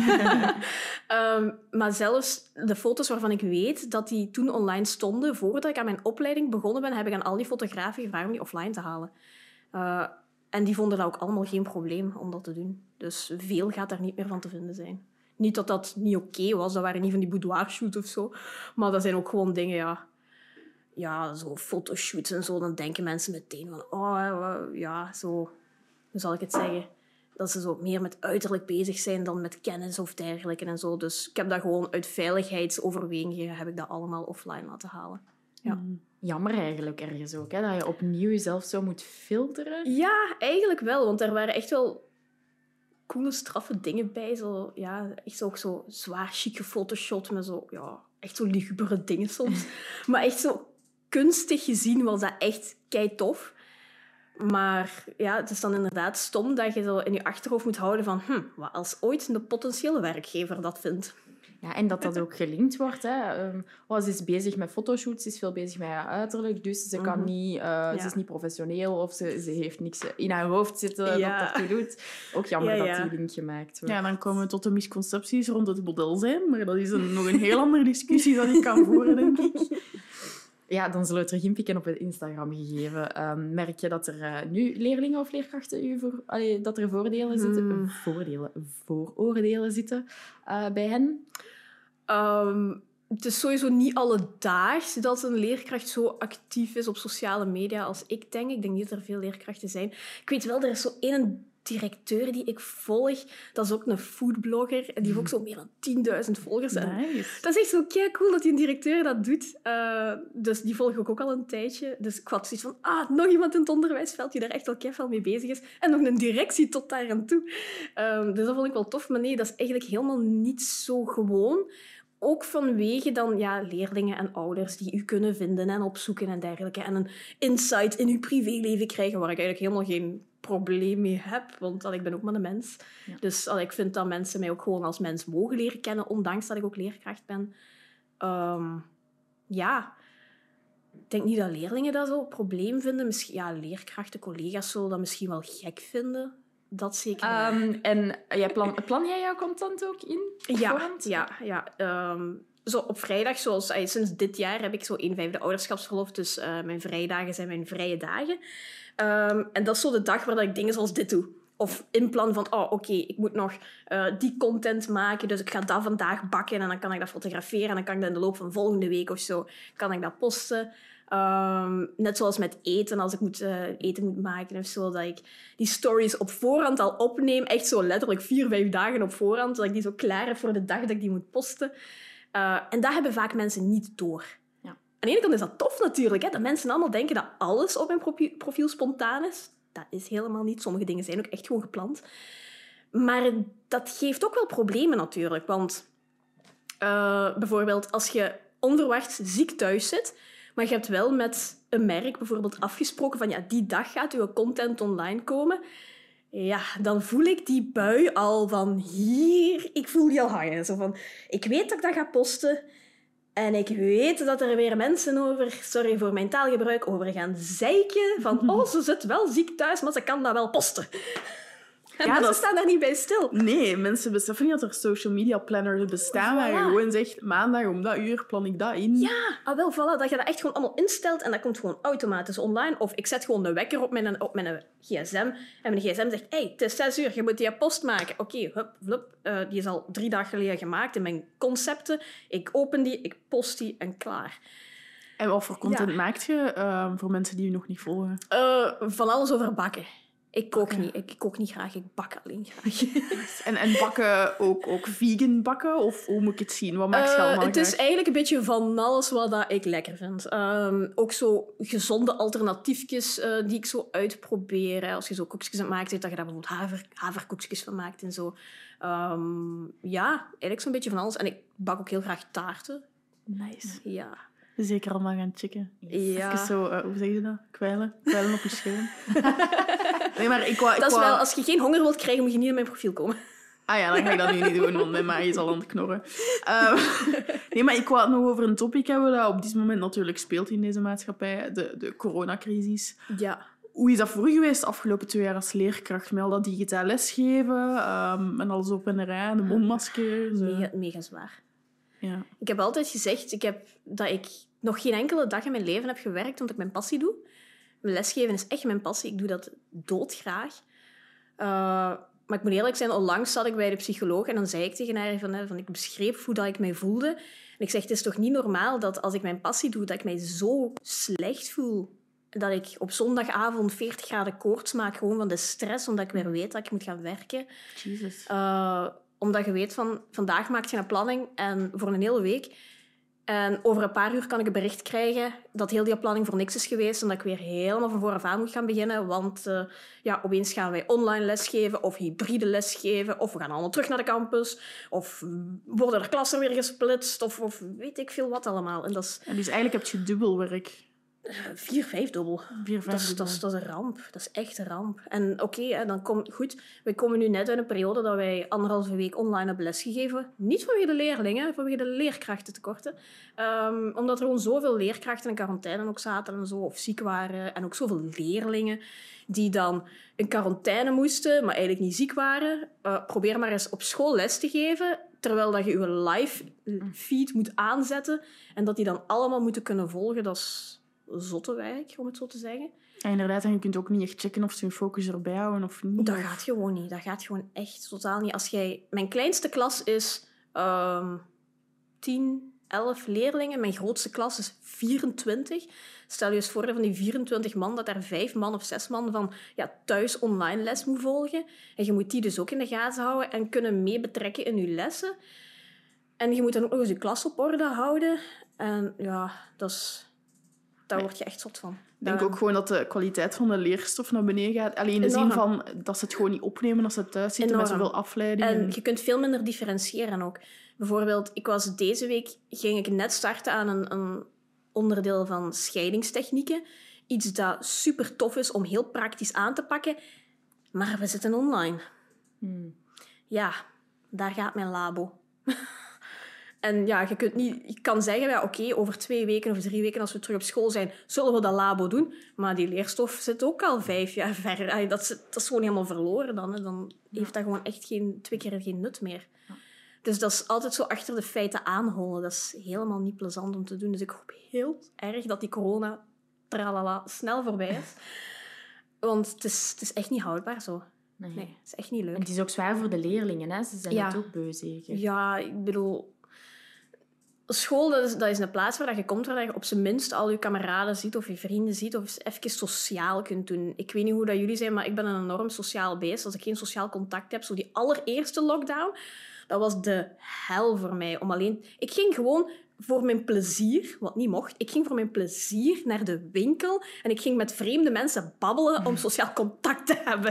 um, maar zelfs de foto's waarvan ik weet dat die toen online stonden, voordat ik aan mijn opleiding begonnen ben, heb ik aan al die fotografen gevraagd om die offline te halen. Uh, en die vonden dat ook allemaal geen probleem om dat te doen. Dus veel gaat daar niet meer van te vinden zijn. Niet dat dat niet oké okay was, dat waren niet van die boudoirshoots of zo, maar dat zijn ook gewoon dingen, ja... Ja, zo fotoshoots en zo, dan denken mensen meteen van... Oh, ja, zo... Hoe zal ik het zeggen? Dat ze zo meer met uiterlijk bezig zijn dan met kennis of dergelijke en zo. Dus ik heb dat gewoon uit veiligheidsoverwegingen heb ik dat allemaal offline laten halen. Ja. Jammer eigenlijk ergens ook, hè? Dat je opnieuw jezelf zo moet filteren. Ja, eigenlijk wel. Want er waren echt wel coole, straffe dingen bij. Zo, ja, echt ook zo zwaar chic gefotoshot met zo... Ja, echt zo lugubere dingen soms. Maar echt zo... Kunstig gezien was dat echt keitof. Maar ja, het is dan inderdaad stom dat je zo in je achterhoofd moet houden van hm, wat als ooit een potentiële werkgever dat vindt. Ja, en dat dat ook gelinkt wordt. Hè. Um, oh, ze is bezig met fotoshoots, ze is veel bezig met haar uiterlijk, dus ze, kan mm-hmm. niet, uh, ja. ze is niet professioneel of ze, ze heeft niks in haar hoofd zitten ja. dat ertoe doet. Ook jammer ja, ja. dat die link gemaakt wordt. Ja, dan komen we tot de misconcepties rond het model zijn, maar dat is een, nog een heel andere discussie dat ik kan voeren, denk ik. Ja, dan zullen we terug inpikken op het Instagram gegeven. Um, merk je dat er uh, nu leerlingen of leerkrachten u voor, allee, dat er voordelen zitten, hmm. voordelen, vooroordelen zitten uh, bij hen? Um, het is sowieso niet alledaags dat een leerkracht zo actief is op sociale media als ik denk. Ik denk niet dat er veel leerkrachten zijn. Ik weet wel, er is zo één directeur die ik volg. Dat is ook een foodblogger. En die heeft ook zo meer dan tienduizend volgers. Nice. Dat is echt zo kei cool dat die een directeur dat doet. Uh, dus die volg ik ook al een tijdje. Dus ik had zoiets van, ah, nog iemand in het onderwijsveld die daar echt wel kei veel mee bezig is. En nog een directie tot daar aan toe. Um, dus dat vond ik wel tof. Maar nee, dat is eigenlijk helemaal niet zo gewoon. Ook vanwege dan ja, leerlingen en ouders die u kunnen vinden en opzoeken en dergelijke. En een insight in uw privéleven krijgen waar ik eigenlijk helemaal geen probleem mee heb. Want allee, ik ben ook maar een mens. Ja. Dus allee, ik vind dat mensen mij ook gewoon als mens mogen leren kennen, ondanks dat ik ook leerkracht ben. Um, ja, ik denk niet dat leerlingen dat zo een probleem vinden. Misschien, ja, leerkrachten, collega's zullen dat misschien wel gek vinden. Dat zeker. Um, en jij plan, plan jij jouw content ook in? Ja, ja, ja. Um, zo op vrijdag, zoals uh, sinds dit jaar heb ik zo een vijfde ouderschapsverlof. Dus uh, mijn vrijdagen zijn mijn vrije dagen. Um, en dat is zo de dag waar dat ik dingen zoals dit doe. Of inplan van, oh, oké, okay, ik moet nog uh, die content maken, dus ik ga dat vandaag bakken en dan kan ik dat fotograferen en dan kan ik dat in de loop van volgende week of zo, kan ik dat posten. Um, net zoals met eten, als ik moet, uh, eten moet maken of zo, dat ik die stories op voorhand al opneem, echt zo letterlijk vier, vijf dagen op voorhand, dat ik die zo klaar heb voor de dag dat ik die moet posten. Uh, en dat hebben vaak mensen niet door. Ja. Aan de ene kant is dat tof natuurlijk, hè, dat mensen allemaal denken dat alles op mijn profiel spontaan is. Dat is helemaal niet. Sommige dingen zijn ook echt gewoon gepland. Maar dat geeft ook wel problemen natuurlijk. Want uh, bijvoorbeeld als je onverwachts ziek thuis zit, maar je hebt wel met een merk bijvoorbeeld afgesproken van ja, die dag gaat uw content online komen. Ja, dan voel ik die bui al van hier, ik voel die al hangen. Zo van, ik weet dat ik dat ga posten. En ik weet dat er weer mensen over, sorry voor mijn taalgebruik, over gaan zeiken. Van, oh, ze zit wel ziek thuis, maar ze kan dat wel posten. En ja, mensen staan daar niet bij stil. Nee, mensen beseffen niet dat er social media planners bestaan voilà. Waar je gewoon zegt, maandag om dat uur plan ik dat in. Ja, ah, wel, voilà, dat je dat echt gewoon allemaal instelt en dat komt gewoon automatisch online. Of ik zet gewoon de wekker op mijn, op mijn gsm en mijn gsm zegt, hey, het is zes uur, je moet die post maken. Oké, okay, hup, hup, uh, die is al drie dagen geleden gemaakt in mijn concepten. Ik open die, ik post die en klaar. En wat voor content ja. maakt je uh, voor mensen die je nog niet volgen? Uh, van alles over bakken. Ik kook okay. niet. Ik kook niet graag. Ik bak alleen graag. en, en bakken ook, ook vegan bakken? Of hoe moet ik het zien? Wat maakt je allemaal uh, Het graag? Is eigenlijk een beetje van alles wat dat ik lekker vind. Um, ook zo gezonde alternatiefjes uh, die ik zo uitprobeer. Hè. Als je zo koekjes aan het maken zit, dat je daar bijvoorbeeld haver, haverkoekjes van maakt en zo. Um, ja, eigenlijk zo'n beetje van alles. En ik bak ook heel graag taarten. Nice. Ja. Zeker allemaal gaan checken. Ja. Even zo, uh, hoe zeg je dat? Kwijlen? Kwijlen op je scherm. Nee, maar ik wou, ik dat is wou... wel, als je geen honger wilt krijgen, moet je niet in mijn profiel komen. Ah ja, dan ga ik dat nu niet doen, want mijn maag is al aan het knorren. Uh, nee, maar ik wou het nog over een topic hebben dat op dit moment natuurlijk speelt in deze maatschappij. De, de coronacrisis. Ja. Hoe is dat voor u geweest de afgelopen twee jaar als leerkracht? Met al dat digitaal lesgeven um, en alles op en rij, de mondmaskers. Mega, mega zwaar. Ja. Ik heb altijd gezegd ik heb, dat ik nog geen enkele dag in mijn leven heb gewerkt omdat ik mijn passie doe. Mijn lesgeven is echt mijn passie. Ik doe dat doodgraag. Uh, maar ik moet eerlijk zijn, onlangs zat ik bij de psycholoog en dan zei ik tegen haar van, van ik beschreef hoe dat ik mij voelde. En ik zeg, het is toch niet normaal dat als ik mijn passie doe, dat ik mij zo slecht voel. Dat ik op zondagavond veertig graden koorts maak, gewoon van de stress, omdat ik weer weet dat ik moet gaan werken. Jesus. Uh, omdat je weet van, vandaag maak je een planning en voor een hele week. En over een paar uur kan ik een bericht krijgen dat heel die planning voor niks is geweest en dat ik weer helemaal van vooraf aan moet gaan beginnen. Want uh, ja, opeens gaan wij online lesgeven of hybride lesgeven of we gaan allemaal terug naar de campus of worden er klassen weer gesplitst of, of weet ik veel wat allemaal. En, dat is... en dus eigenlijk heb je dubbel werk. Vier, vijf dubbel. Vier, vijf dat, is, dat, is, dat is een ramp. Dat is echt een ramp. En oké, okay, dan komt goed. We komen nu net uit een periode dat wij anderhalve week online hebben lesgegeven. Niet vanwege de leerlingen, vanwege de leerkrachtentekorten. Um, omdat er gewoon zoveel leerkrachten in quarantaine ook zaten en zo, of ziek waren. En ook zoveel leerlingen die dan in quarantaine moesten, maar eigenlijk niet ziek waren. Uh, probeer maar eens op school les te geven, terwijl dat je je live feed moet aanzetten. En dat die dan allemaal moeten kunnen volgen. Dat is zotte werk, om het zo te zeggen. Ja, inderdaad, en je kunt ook niet echt checken of ze hun focus erbij houden of niet. Dat of... gaat gewoon niet. Dat gaat gewoon echt totaal niet. Als jij... Mijn kleinste klas is um, tien, elf leerlingen. Mijn grootste klas is vierentwintig. Stel je eens voor dat van die vierentwintig man, dat daar vijf man of zes man van ja, thuis online les moet volgen. En je moet die dus ook in de gaten houden en kunnen mee betrekken in je lessen. En je moet dan ook nog eens je klas op orde houden. En ja, dat is... Daar word je echt zot van. Ik denk ook gewoon dat de kwaliteit van de leerstof naar beneden gaat. Alleen in de zin van dat ze het gewoon niet opnemen als ze thuis zitten met zoveel afleiding. En je kunt veel minder differentiëren ook. Bijvoorbeeld, ik was deze week ging ik net starten aan een, een onderdeel van scheidingstechnieken. Iets dat super tof is om heel praktisch aan te pakken. Maar we zitten online. Hmm. Ja, daar gaat mijn labo. En ja, je, kunt niet, je kan zeggen, ja, oké, okay, over twee weken of drie weken als we terug op school zijn, zullen we dat labo doen. Maar die leerstof zit ook al vijf jaar ver. Dat is, dat is gewoon helemaal verloren dan. Hè. Dan heeft dat gewoon echt geen, twee keer geen nut meer. Ja. Dus dat is altijd zo achter de feiten aanholen. Dat is helemaal niet plezant om te doen. Dus ik hoop heel erg dat die corona tralala snel voorbij is. Want het is, het is echt niet houdbaar zo. Nee. Nee, het is echt niet leuk. En het is ook zwaar voor de leerlingen, hè? Ze zijn Ja. het ook beu, zeker. Ja, ik bedoel... School, dat is, dat is een plaats waar je komt, waar je op zijn minst al je kameraden ziet of je vrienden ziet of even sociaal kunt doen. Ik weet niet hoe dat jullie zijn, maar ik ben een enorm sociaal beest. Als ik geen sociaal contact heb, zo die allereerste lockdown, dat was de hel voor mij. Om alleen... Ik ging gewoon voor mijn plezier, wat niet mocht, ik ging voor mijn plezier naar de winkel en ik ging met vreemde mensen babbelen om sociaal contact te hebben.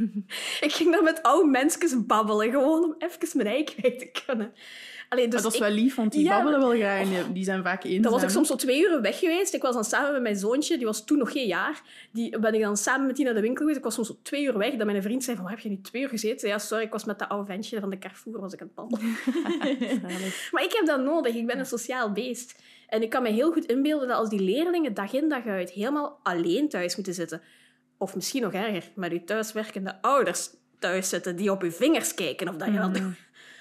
Ik ging daar met oude mensjes babbelen, gewoon om even mijn ei kwijt te kunnen. Allee, dus maar dat is ik... wel lief, want die Ja, babbelen wel graag en die- die zijn vaak eenzaam. Dan was ik soms zo twee uur weg geweest. Ik was dan samen met mijn zoontje, die was toen nog geen jaar. Die ben ik dan samen met die naar de winkel geweest. Ik was soms zo twee uur weg. Dat mijn vriend zei van, waar heb je nu twee uur gezeten? Ja, sorry, ik was met dat oude ventje van de Carrefour was ik aan het babbelen. Maar ik heb dat nodig. Ik ben een sociaal beest. En ik kan me heel goed inbeelden dat als die leerlingen dag in dag uit helemaal alleen thuis moeten zitten, of misschien nog erger, met uw thuiswerkende ouders thuis zitten die op uw vingers kijken of dat je dat doet.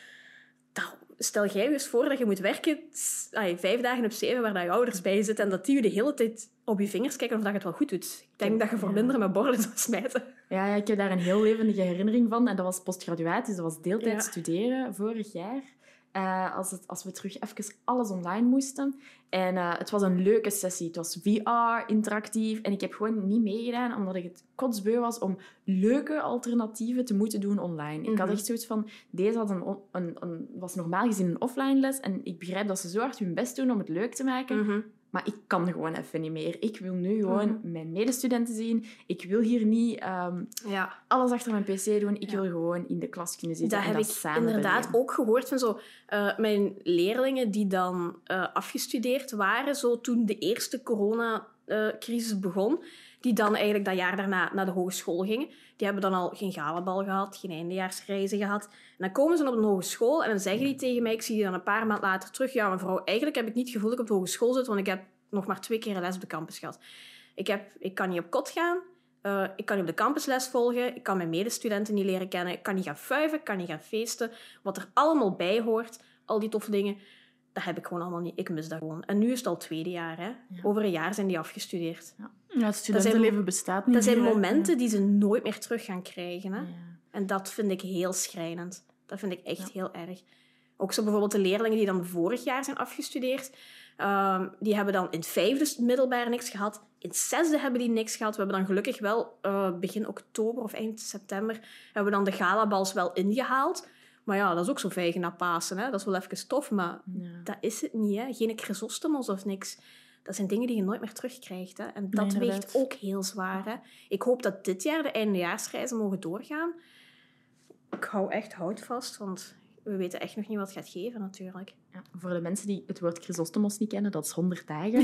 Nou, stel jij je eens voor dat je moet werken s- ay, vijf dagen op zeven waar dat je ouders bij zitten en dat die je de hele tijd op je vingers kijken of dat je het wel goed doet. Ik denk dat je voor minder met borden zou smijten. Ja, ja, ik heb daar een heel levendige herinnering van. En dat was postgraduaat, dus dat was deeltijd Ja. studeren vorig jaar. Uh, als, het, als we terug even alles online moesten. En uh, het was een leuke sessie. Het was V R, interactief. En ik heb gewoon niet meegedaan, omdat ik het kotsbeu was om leuke alternatieven te moeten doen online. Mm-hmm. Ik had echt zoiets van... Deze had een, een, een, was normaal gezien een offline les. En ik begrijp dat ze zo hard hun best doen om het leuk te maken. Mm-hmm. Maar ik kan gewoon even niet meer. Ik wil nu gewoon mm-hmm. mijn medestudenten zien. Ik wil hier niet um, ja. alles achter mijn pc doen. Ik ja. wil gewoon in de klas kunnen zitten dat en heb dat ik samen inderdaad beleven. ook gehoord van zo... Uh, mijn leerlingen die dan uh, afgestudeerd waren, zo toen de eerste coronacrisis uh, begon, die dan eigenlijk dat jaar daarna naar de hogeschool gingen, die hebben dan al geen galabal gehad, geen eindejaarsreizen gehad. En dan komen ze op een hogeschool en dan zeggen die tegen mij, ik zie die dan een paar maanden later terug, ja, mevrouw, eigenlijk heb ik niet het gevoel dat ik op de hogeschool zit, want ik heb nog maar twee keer een les op de campus gehad. Ik, heb, ik kan niet op kot gaan, uh, ik kan niet op de campusles volgen, ik kan mijn medestudenten niet leren kennen, ik kan niet gaan fuiven, ik kan niet gaan feesten. Wat er allemaal bij hoort, al die toffe dingen, dat heb ik gewoon allemaal niet. Ik mis dat gewoon. En nu is het al tweede jaar. Hè? Ja. Over een jaar zijn die afgestudeerd. Ja, ja het studentenleven zijn, bestaat niet Dat meer, zijn hè? momenten ja. die ze nooit meer terug gaan krijgen. Hè? Ja. En dat vind ik heel schrijnend. Dat vind ik echt Ja. heel erg. Ook zo bijvoorbeeld de leerlingen die dan vorig jaar zijn afgestudeerd. Um, die hebben dan in het vijfde middelbaar niks gehad. In het zesde hebben die niks gehad. We hebben dan gelukkig wel uh, begin oktober of eind september hebben we dan de galabals wel ingehaald. Maar ja, dat is ook zo vijgen na Pasen. Hè? Dat is wel even tof, maar Ja. dat is het niet. Hè? Geen chrysostomos of niks. Dat zijn dingen die je nooit meer terugkrijgt. Hè? En dat Nee, weegt ook heel zwaar. Hè? Ik hoop dat dit jaar de eindejaarsreizen mogen doorgaan. Ik hou echt hout vast, want we weten echt nog niet wat het gaat geven, natuurlijk. Ja, voor de mensen die het woord chrysostomos niet kennen, dat is honderd dagen.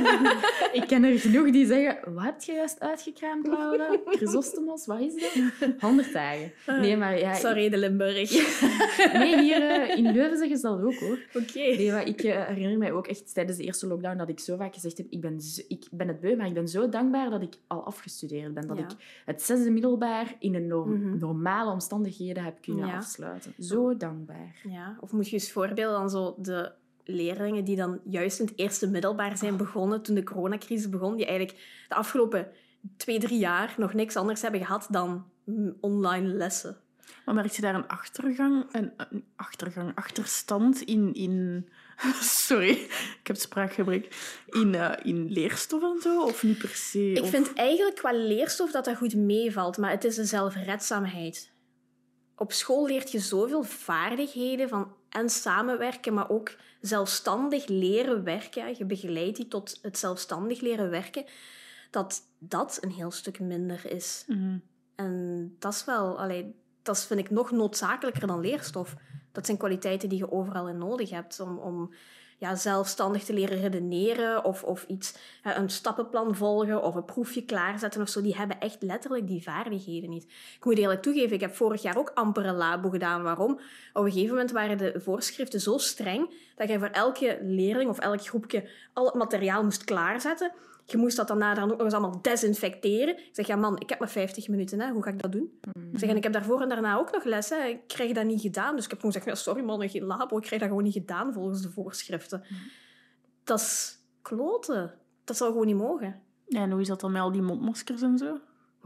Ik ken er genoeg die zeggen, wat heb je juist uitgekraamd, Laura? Chrysostomos, wat is dat? honderd dagen. Nee, maar ja... Sorry, de Limburg. Nee, hier uh, in Leuven zeggen ze dat ook, hoor. Oké. Okay. Nee, maar ik uh, herinner mij ook echt tijdens de eerste lockdown dat ik zo vaak gezegd heb, ik ben, zo, ik ben het beu, maar ik ben zo dankbaar dat ik al afgestudeerd ben. Dat Ja. ik het zesde middelbaar in een no- Mm-hmm. normale omstandigheden heb kunnen Ja. afsluiten. Zo dankbaar. Ja, of moet je eens voorbeelden dan zo de leerlingen die dan juist in het eerste middelbaar zijn begonnen toen de coronacrisis begon, die eigenlijk de afgelopen twee, drie jaar nog niks anders hebben gehad dan online lessen. Maar merk je daar een achtergang, een, een achtergang, achterstand in, in... Sorry, ik heb spraakgebrek. In, uh, in leerstof en zo, of niet per se? Ik of... vind eigenlijk qua leerstof dat dat goed meevalt, maar het is de zelfredzaamheid. Op school leert je zoveel vaardigheden van en samenwerken, maar ook zelfstandig leren werken. Je begeleidt die tot het zelfstandig leren werken. Dat dat een heel stuk minder is. Mm-hmm. En dat is wel... Allee, dat vind ik nog noodzakelijker dan leerstof. Dat zijn kwaliteiten die je overal in nodig hebt om... om ja, zelfstandig te leren redeneren of, of iets, een stappenplan volgen of een proefje klaarzetten of zo. Die hebben echt letterlijk die vaardigheden niet. Ik moet eerlijk toegeven, ik heb vorig jaar ook amper een labo gedaan. Waarom? Op een gegeven moment waren de voorschriften zo streng dat je voor elke leerling of elk groepje al het materiaal moest klaarzetten. je moest dat daarna dan ook nog eens allemaal desinfecteren. Ik zeg, ja man, ik heb maar vijftig minuten, hè. Hoe ga ik dat doen? Mm. Ik zeg, en ik heb daarvoor en daarna ook nog les. Hè. Ik krijg dat niet gedaan. Dus ik heb gewoon gezegd, ja, sorry man, geen labo. Ik krijg dat gewoon niet gedaan volgens de voorschriften. Mm. Dat is kloten. Dat zou gewoon niet mogen. Ja, en hoe is dat dan met al die mondmaskers en zo?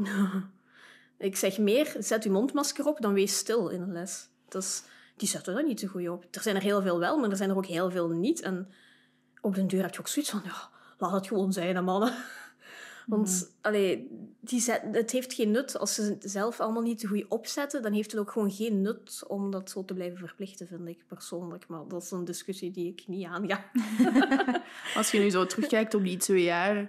Ik zeg meer, zet je mondmasker op, dan wees stil in een les. Dat is, die zetten er niet zo goed op. Er zijn er heel veel wel, maar er zijn er ook heel veel niet. En op den duur heb je ook zoiets van, ja, laat het gewoon zijn, hè, mannen. Want mm. allee, die zet, het heeft geen nut. Als ze het zelf allemaal niet te goed opzetten, dan heeft het ook gewoon geen nut om dat zo te blijven verplichten, vind ik persoonlijk. Maar dat is een discussie die ik niet aanga. Als je nu zo terugkijkt op die twee jaar,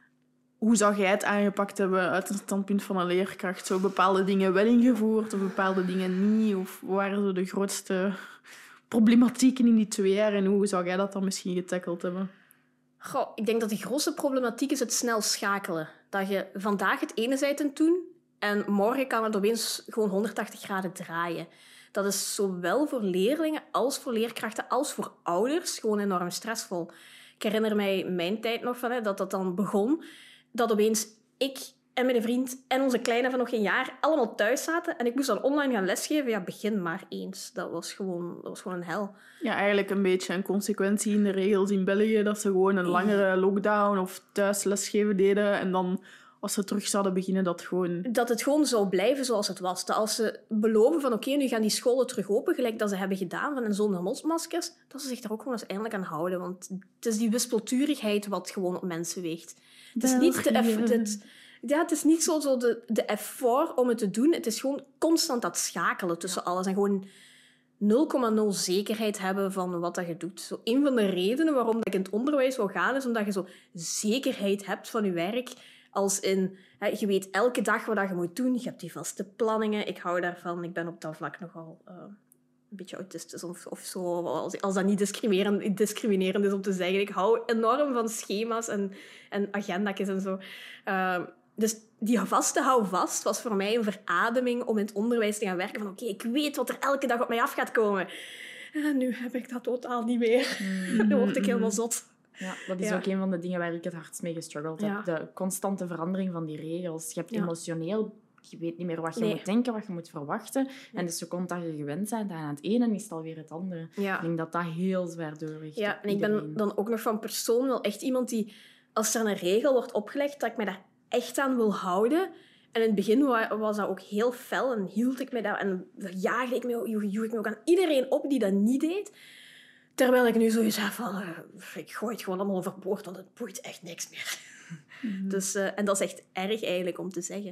hoe zou jij het aangepakt hebben uit het standpunt van een leerkracht? Zo bepaalde dingen wel ingevoerd of bepaalde dingen niet? Of wat waren zo de grootste problematieken in die twee jaar en hoe zou jij dat dan misschien getackeld hebben? Goh, ik denk dat de grootste problematiek is het snel schakelen. Dat je vandaag het ene bent aan het doen en morgen kan het opeens gewoon honderdtachtig graden draaien. Dat is zowel voor leerlingen als voor leerkrachten als voor ouders gewoon enorm stressvol. Ik herinner mij mijn tijd nog van, hè, dat dat dan begon. Dat opeens ik en mijn vriend en onze kleine van nog geen jaar allemaal thuis zaten. En ik moest dan online gaan lesgeven. Ja, begin maar eens. Dat was gewoon, dat was gewoon een hel. Ja, eigenlijk een beetje een consequentie in de regels in België. Dat ze gewoon een langere lockdown of thuis lesgeven deden. En dan, als ze terug zouden beginnen, dat gewoon... Dat het gewoon zou blijven zoals het was. Dat als ze beloven van, oké, okay, nu gaan die scholen terug open, gelijk dat ze hebben gedaan, van en zonder mondmaskers, dat ze zich daar ook gewoon eens eindelijk aan houden. Want het is die wispelturigheid wat gewoon op mensen weegt. Het is niet de... Eff- het, ja, het is niet zo, zo de, de effort om het te doen. Het is gewoon constant dat schakelen tussen ja. alles. En gewoon nul komma nul zekerheid hebben van wat dat je doet. Zo, een van de redenen waarom ik in het onderwijs wil gaan, is omdat je zo zekerheid hebt van je werk. Als in, hè, je weet elke dag wat je moet doen. Je hebt die vaste planningen. Ik hou daarvan. Ik ben op dat vlak nogal uh, een beetje autistisch of, of zo. Als, als dat niet discriminerend, discriminerend is om te zeggen. Ik hou enorm van schema's en, en agendakjes en zo. Uh, Dus die vaste hou vast was voor mij een verademing om in het onderwijs te gaan werken. Van oké, okay, ik weet wat er elke dag op mij af gaat komen. En nu heb ik dat totaal niet meer. Mm. Dan word ik helemaal zot. Ja, dat is ja. ook een van de dingen waar ik het hardst mee gestruggeld heb. Ja. De constante verandering van die regels. Je hebt ja. emotioneel... Je weet niet meer wat je nee. moet denken, wat je moet verwachten. Ja. En de seconde dat je gewend bent aan het ene, is het alweer het andere. Ja. Ik denk dat dat heel zwaar doorweegt. Ja, en ik ben dan ook nog van persoon wel echt iemand die... Als er een regel wordt opgelegd, dat ik me daar echt aan wil houden. En in het begin was dat ook heel fel en hield ik me daar en jaagde ik me, joeg ik me ook aan iedereen op die dat niet deed. Terwijl ik nu zoiets heb van, uh, ik gooi het gewoon allemaal overboord, want het boeit echt niks meer. Mm-hmm. Dus, uh, en dat is echt erg eigenlijk om te zeggen.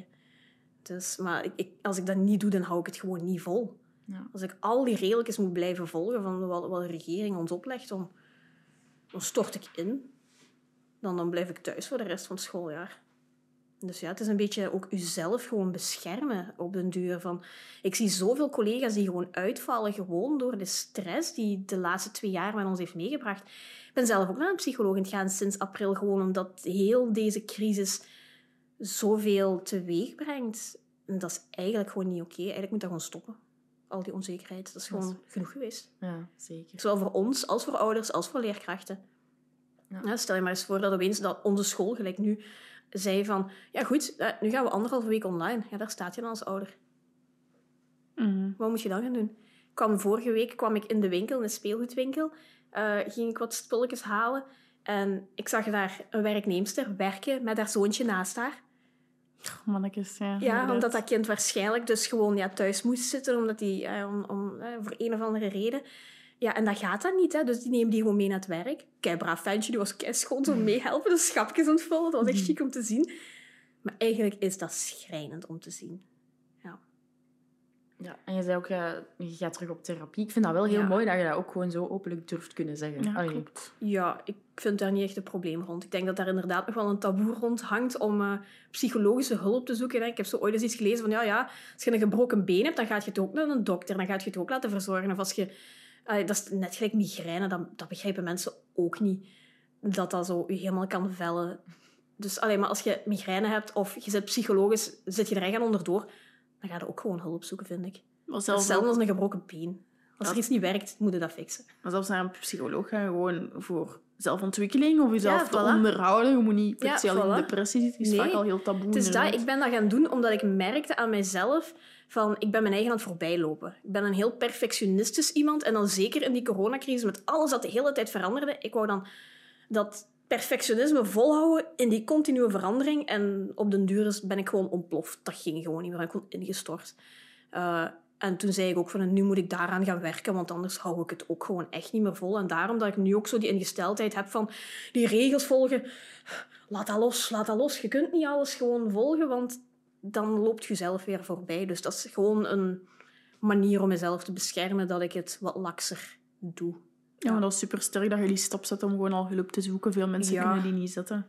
Dus, maar ik, ik, als ik dat niet doe, dan hou ik het gewoon niet vol. Ja. Als ik al die regeltjes moet blijven volgen van wat, wat de regering ons oplegt, dan, dan stort ik in. Dan, dan blijf ik thuis voor de rest van het schooljaar. Dus ja, het is een beetje ook jezelf gewoon beschermen op den duur. Van, ik zie zoveel collega's die gewoon uitvallen, gewoon door de stress die de laatste twee jaar met ons heeft meegebracht. Ik ben zelf ook naar een psycholoog gaan sinds april, gewoon omdat heel deze crisis zoveel teweeg brengt. En dat is eigenlijk gewoon niet oké. Okay. Eigenlijk moet dat gewoon stoppen. Al die onzekerheid, dat is gewoon dat is... genoeg geweest. Ja, zeker. Zowel voor ons, als voor ouders, als voor leerkrachten. Ja. Ja, stel je maar eens voor dat opeens dat onze school, gelijk nu, zei van, ja goed, nu gaan we anderhalve week online. Ja, daar staat je dan als ouder. Mm-hmm. Wat moet je dan gaan doen? Kwam, vorige week kwam ik in de winkel, in de speelgoedwinkel, uh, ging ik wat spulletjes halen en ik zag daar een werknemster werken met haar zoontje naast haar. Oh, mannetjes, ja. Ja, omdat dat kind waarschijnlijk dus gewoon ja, thuis moest zitten, omdat die, uh, om, om, uh, voor een of andere reden. Ja, en dat gaat dan niet, hè. Dus die neemt die gewoon mee naar het werk. Kei braaf ventje, die was kei schoon zo meehelpen, de schapjes aan het vullen. Dat was echt chic om te zien. Maar eigenlijk is dat schrijnend om te zien. Ja. Ja, en je zei ook, uh, je gaat terug op therapie. Ik vind dat wel heel ja. mooi dat je dat ook gewoon zo openlijk durft kunnen zeggen. Ja, klopt. Ja, ik vind daar niet echt een probleem rond. Ik denk dat daar inderdaad nog wel een taboe rond hangt om uh, psychologische hulp te zoeken. Ik heb zo ooit eens iets gelezen van, ja, ja, als je een gebroken been hebt, dan ga je het ook naar een dokter. Dan ga je het ook laten verzorgen. Of als je... Uh, dat is net gelijk migraine, dat, dat begrijpen mensen ook niet. Dat dat zo je helemaal kan vellen. Dus alleen maar als je migraine hebt of je zit psychologisch, zit je er echt aan onderdoor, dan ga je ook gewoon hulp zoeken, vind ik. Hetzelfde als een gebroken been. Als er iets niet werkt, moet je dat fixen. Maar zelfs naar een psycholoog gaan, gewoon voor zelfontwikkeling of jezelf Ja, te voilà. onderhouden. Je moet niet per Ja, se al in voilà. depressie zitten. Het is Nee, vaak al heel taboe. Het is dat, inderdaad. ik ben dat gaan doen omdat ik merkte aan mijzelf van ik ben mijn eigen aan het voorbijlopen. Ik ben een heel perfectionistisch iemand en dan zeker in die coronacrisis met alles dat de hele tijd veranderde. Ik wou dan dat perfectionisme volhouden in die continue verandering en op den duur is- ben ik gewoon ontploft. Dat ging gewoon niet meer. Ik ben gewoon ingestort. Uh, en toen zei ik ook van nu moet ik daaraan gaan werken, want anders hou ik het ook gewoon echt niet meer vol. En daarom dat ik nu ook zo die ingesteldheid heb van die regels volgen. Laat dat los, laat dat los. Je kunt niet alles gewoon volgen, want dan loopt je zelf weer voorbij. Dus dat is gewoon een manier om mezelf te beschermen dat ik het wat lakser doe. Ja, maar dat is super sterk dat je die stap zet om gewoon al hulp te zoeken. Veel mensen Ja. kunnen die niet zetten.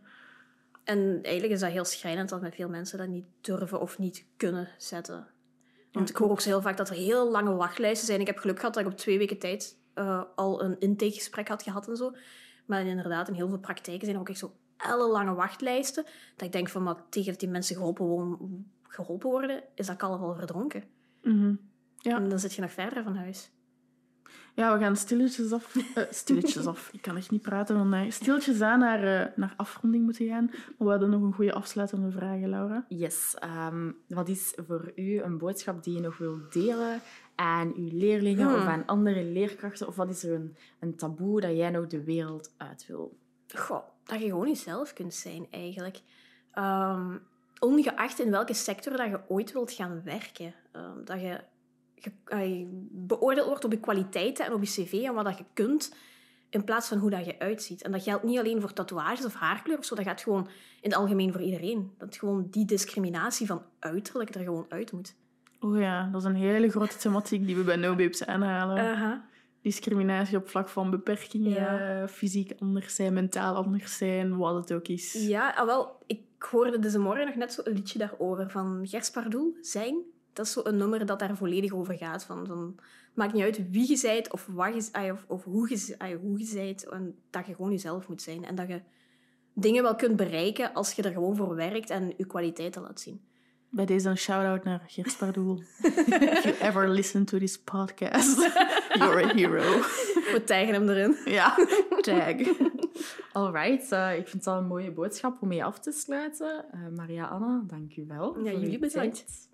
En eigenlijk is dat heel schrijnend dat met veel mensen dat niet durven of niet kunnen zetten. Want ik hoor ook zo heel vaak dat er heel lange wachtlijsten zijn. Ik heb geluk gehad dat ik op twee weken tijd uh, al een intakegesprek had gehad en zo. Maar inderdaad, in heel veel praktijken zijn er ook echt zo ellenlange wachtlijsten. Dat ik denk van, maar tegen dat die mensen geholpen, wo- geholpen worden, is dat kalf al verdronken. Mm-hmm. Ja. En dan zit je nog verder van huis. Ja, we gaan stilletjes af. Uh, stilletjes af. Ik kan echt niet praten. Want uh, stilletjes aan naar, uh, naar afronding moeten gaan. Maar we hadden nog een goede afsluitende vraag, Laura. Yes. Um, wat is voor u een boodschap die je nog wilt delen aan uw leerlingen Hmm. of aan andere leerkrachten? Of wat is er een, een taboe dat jij nog de wereld uit wil? Goh, dat je gewoon jezelf kunt zijn, eigenlijk. Um, ongeacht in welke sector dat je ooit wilt gaan werken. Um, dat je, je, uh, beoordeeld wordt op je kwaliteiten en op je cv en wat dat je kunt, in plaats van hoe dat je uitziet. En dat geldt niet alleen voor tatoeages of haarkleur of zo. Dat gaat gewoon in het algemeen voor iedereen. Dat gewoon die discriminatie van uiterlijk er gewoon uit moet. Oh ja, dat is een hele grote thematiek die we bij No Babes aanhalen. Uh-huh. Discriminatie op vlak van beperkingen, Ja. fysiek anders zijn, mentaal anders zijn, wat het ook is. Ja, ah, wel, ik hoorde deze morgen nog net zo een liedje daarover van Gers Pardoel, Zijn. Dat is zo een nummer dat daar volledig over gaat. Van, van, het maakt niet uit wie je bent of, wat je, ah, of, of hoe je, ah, hoe je bent. En dat je gewoon jezelf moet zijn. En dat je dingen wel kunt bereiken als je er gewoon voor werkt en je kwaliteiten laat zien. Bij deze een shout-out naar Gers Pardoel. If you ever listen to this podcast, you're a hero. We taggen hem erin. Ja, tag. Alright, uh, ik vind dat een mooie boodschap om mee af te sluiten. Uh, Maria-Anna, dank u wel. Ja, voor jullie uw bedankt. tijd.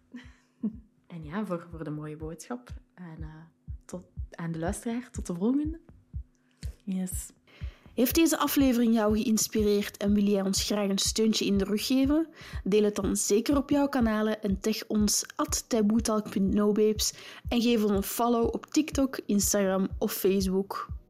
En ja, voor, voor de mooie boodschap. En uh, tot, aan de luisteraar, tot de volgende. Yes. Heeft deze aflevering jou geïnspireerd en wil jij ons graag een steuntje in de rug geven? Deel het dan zeker op jouw kanalen en tag ons at taboetalk punt nobabes en geef ons een follow op TikTok, Instagram of Facebook.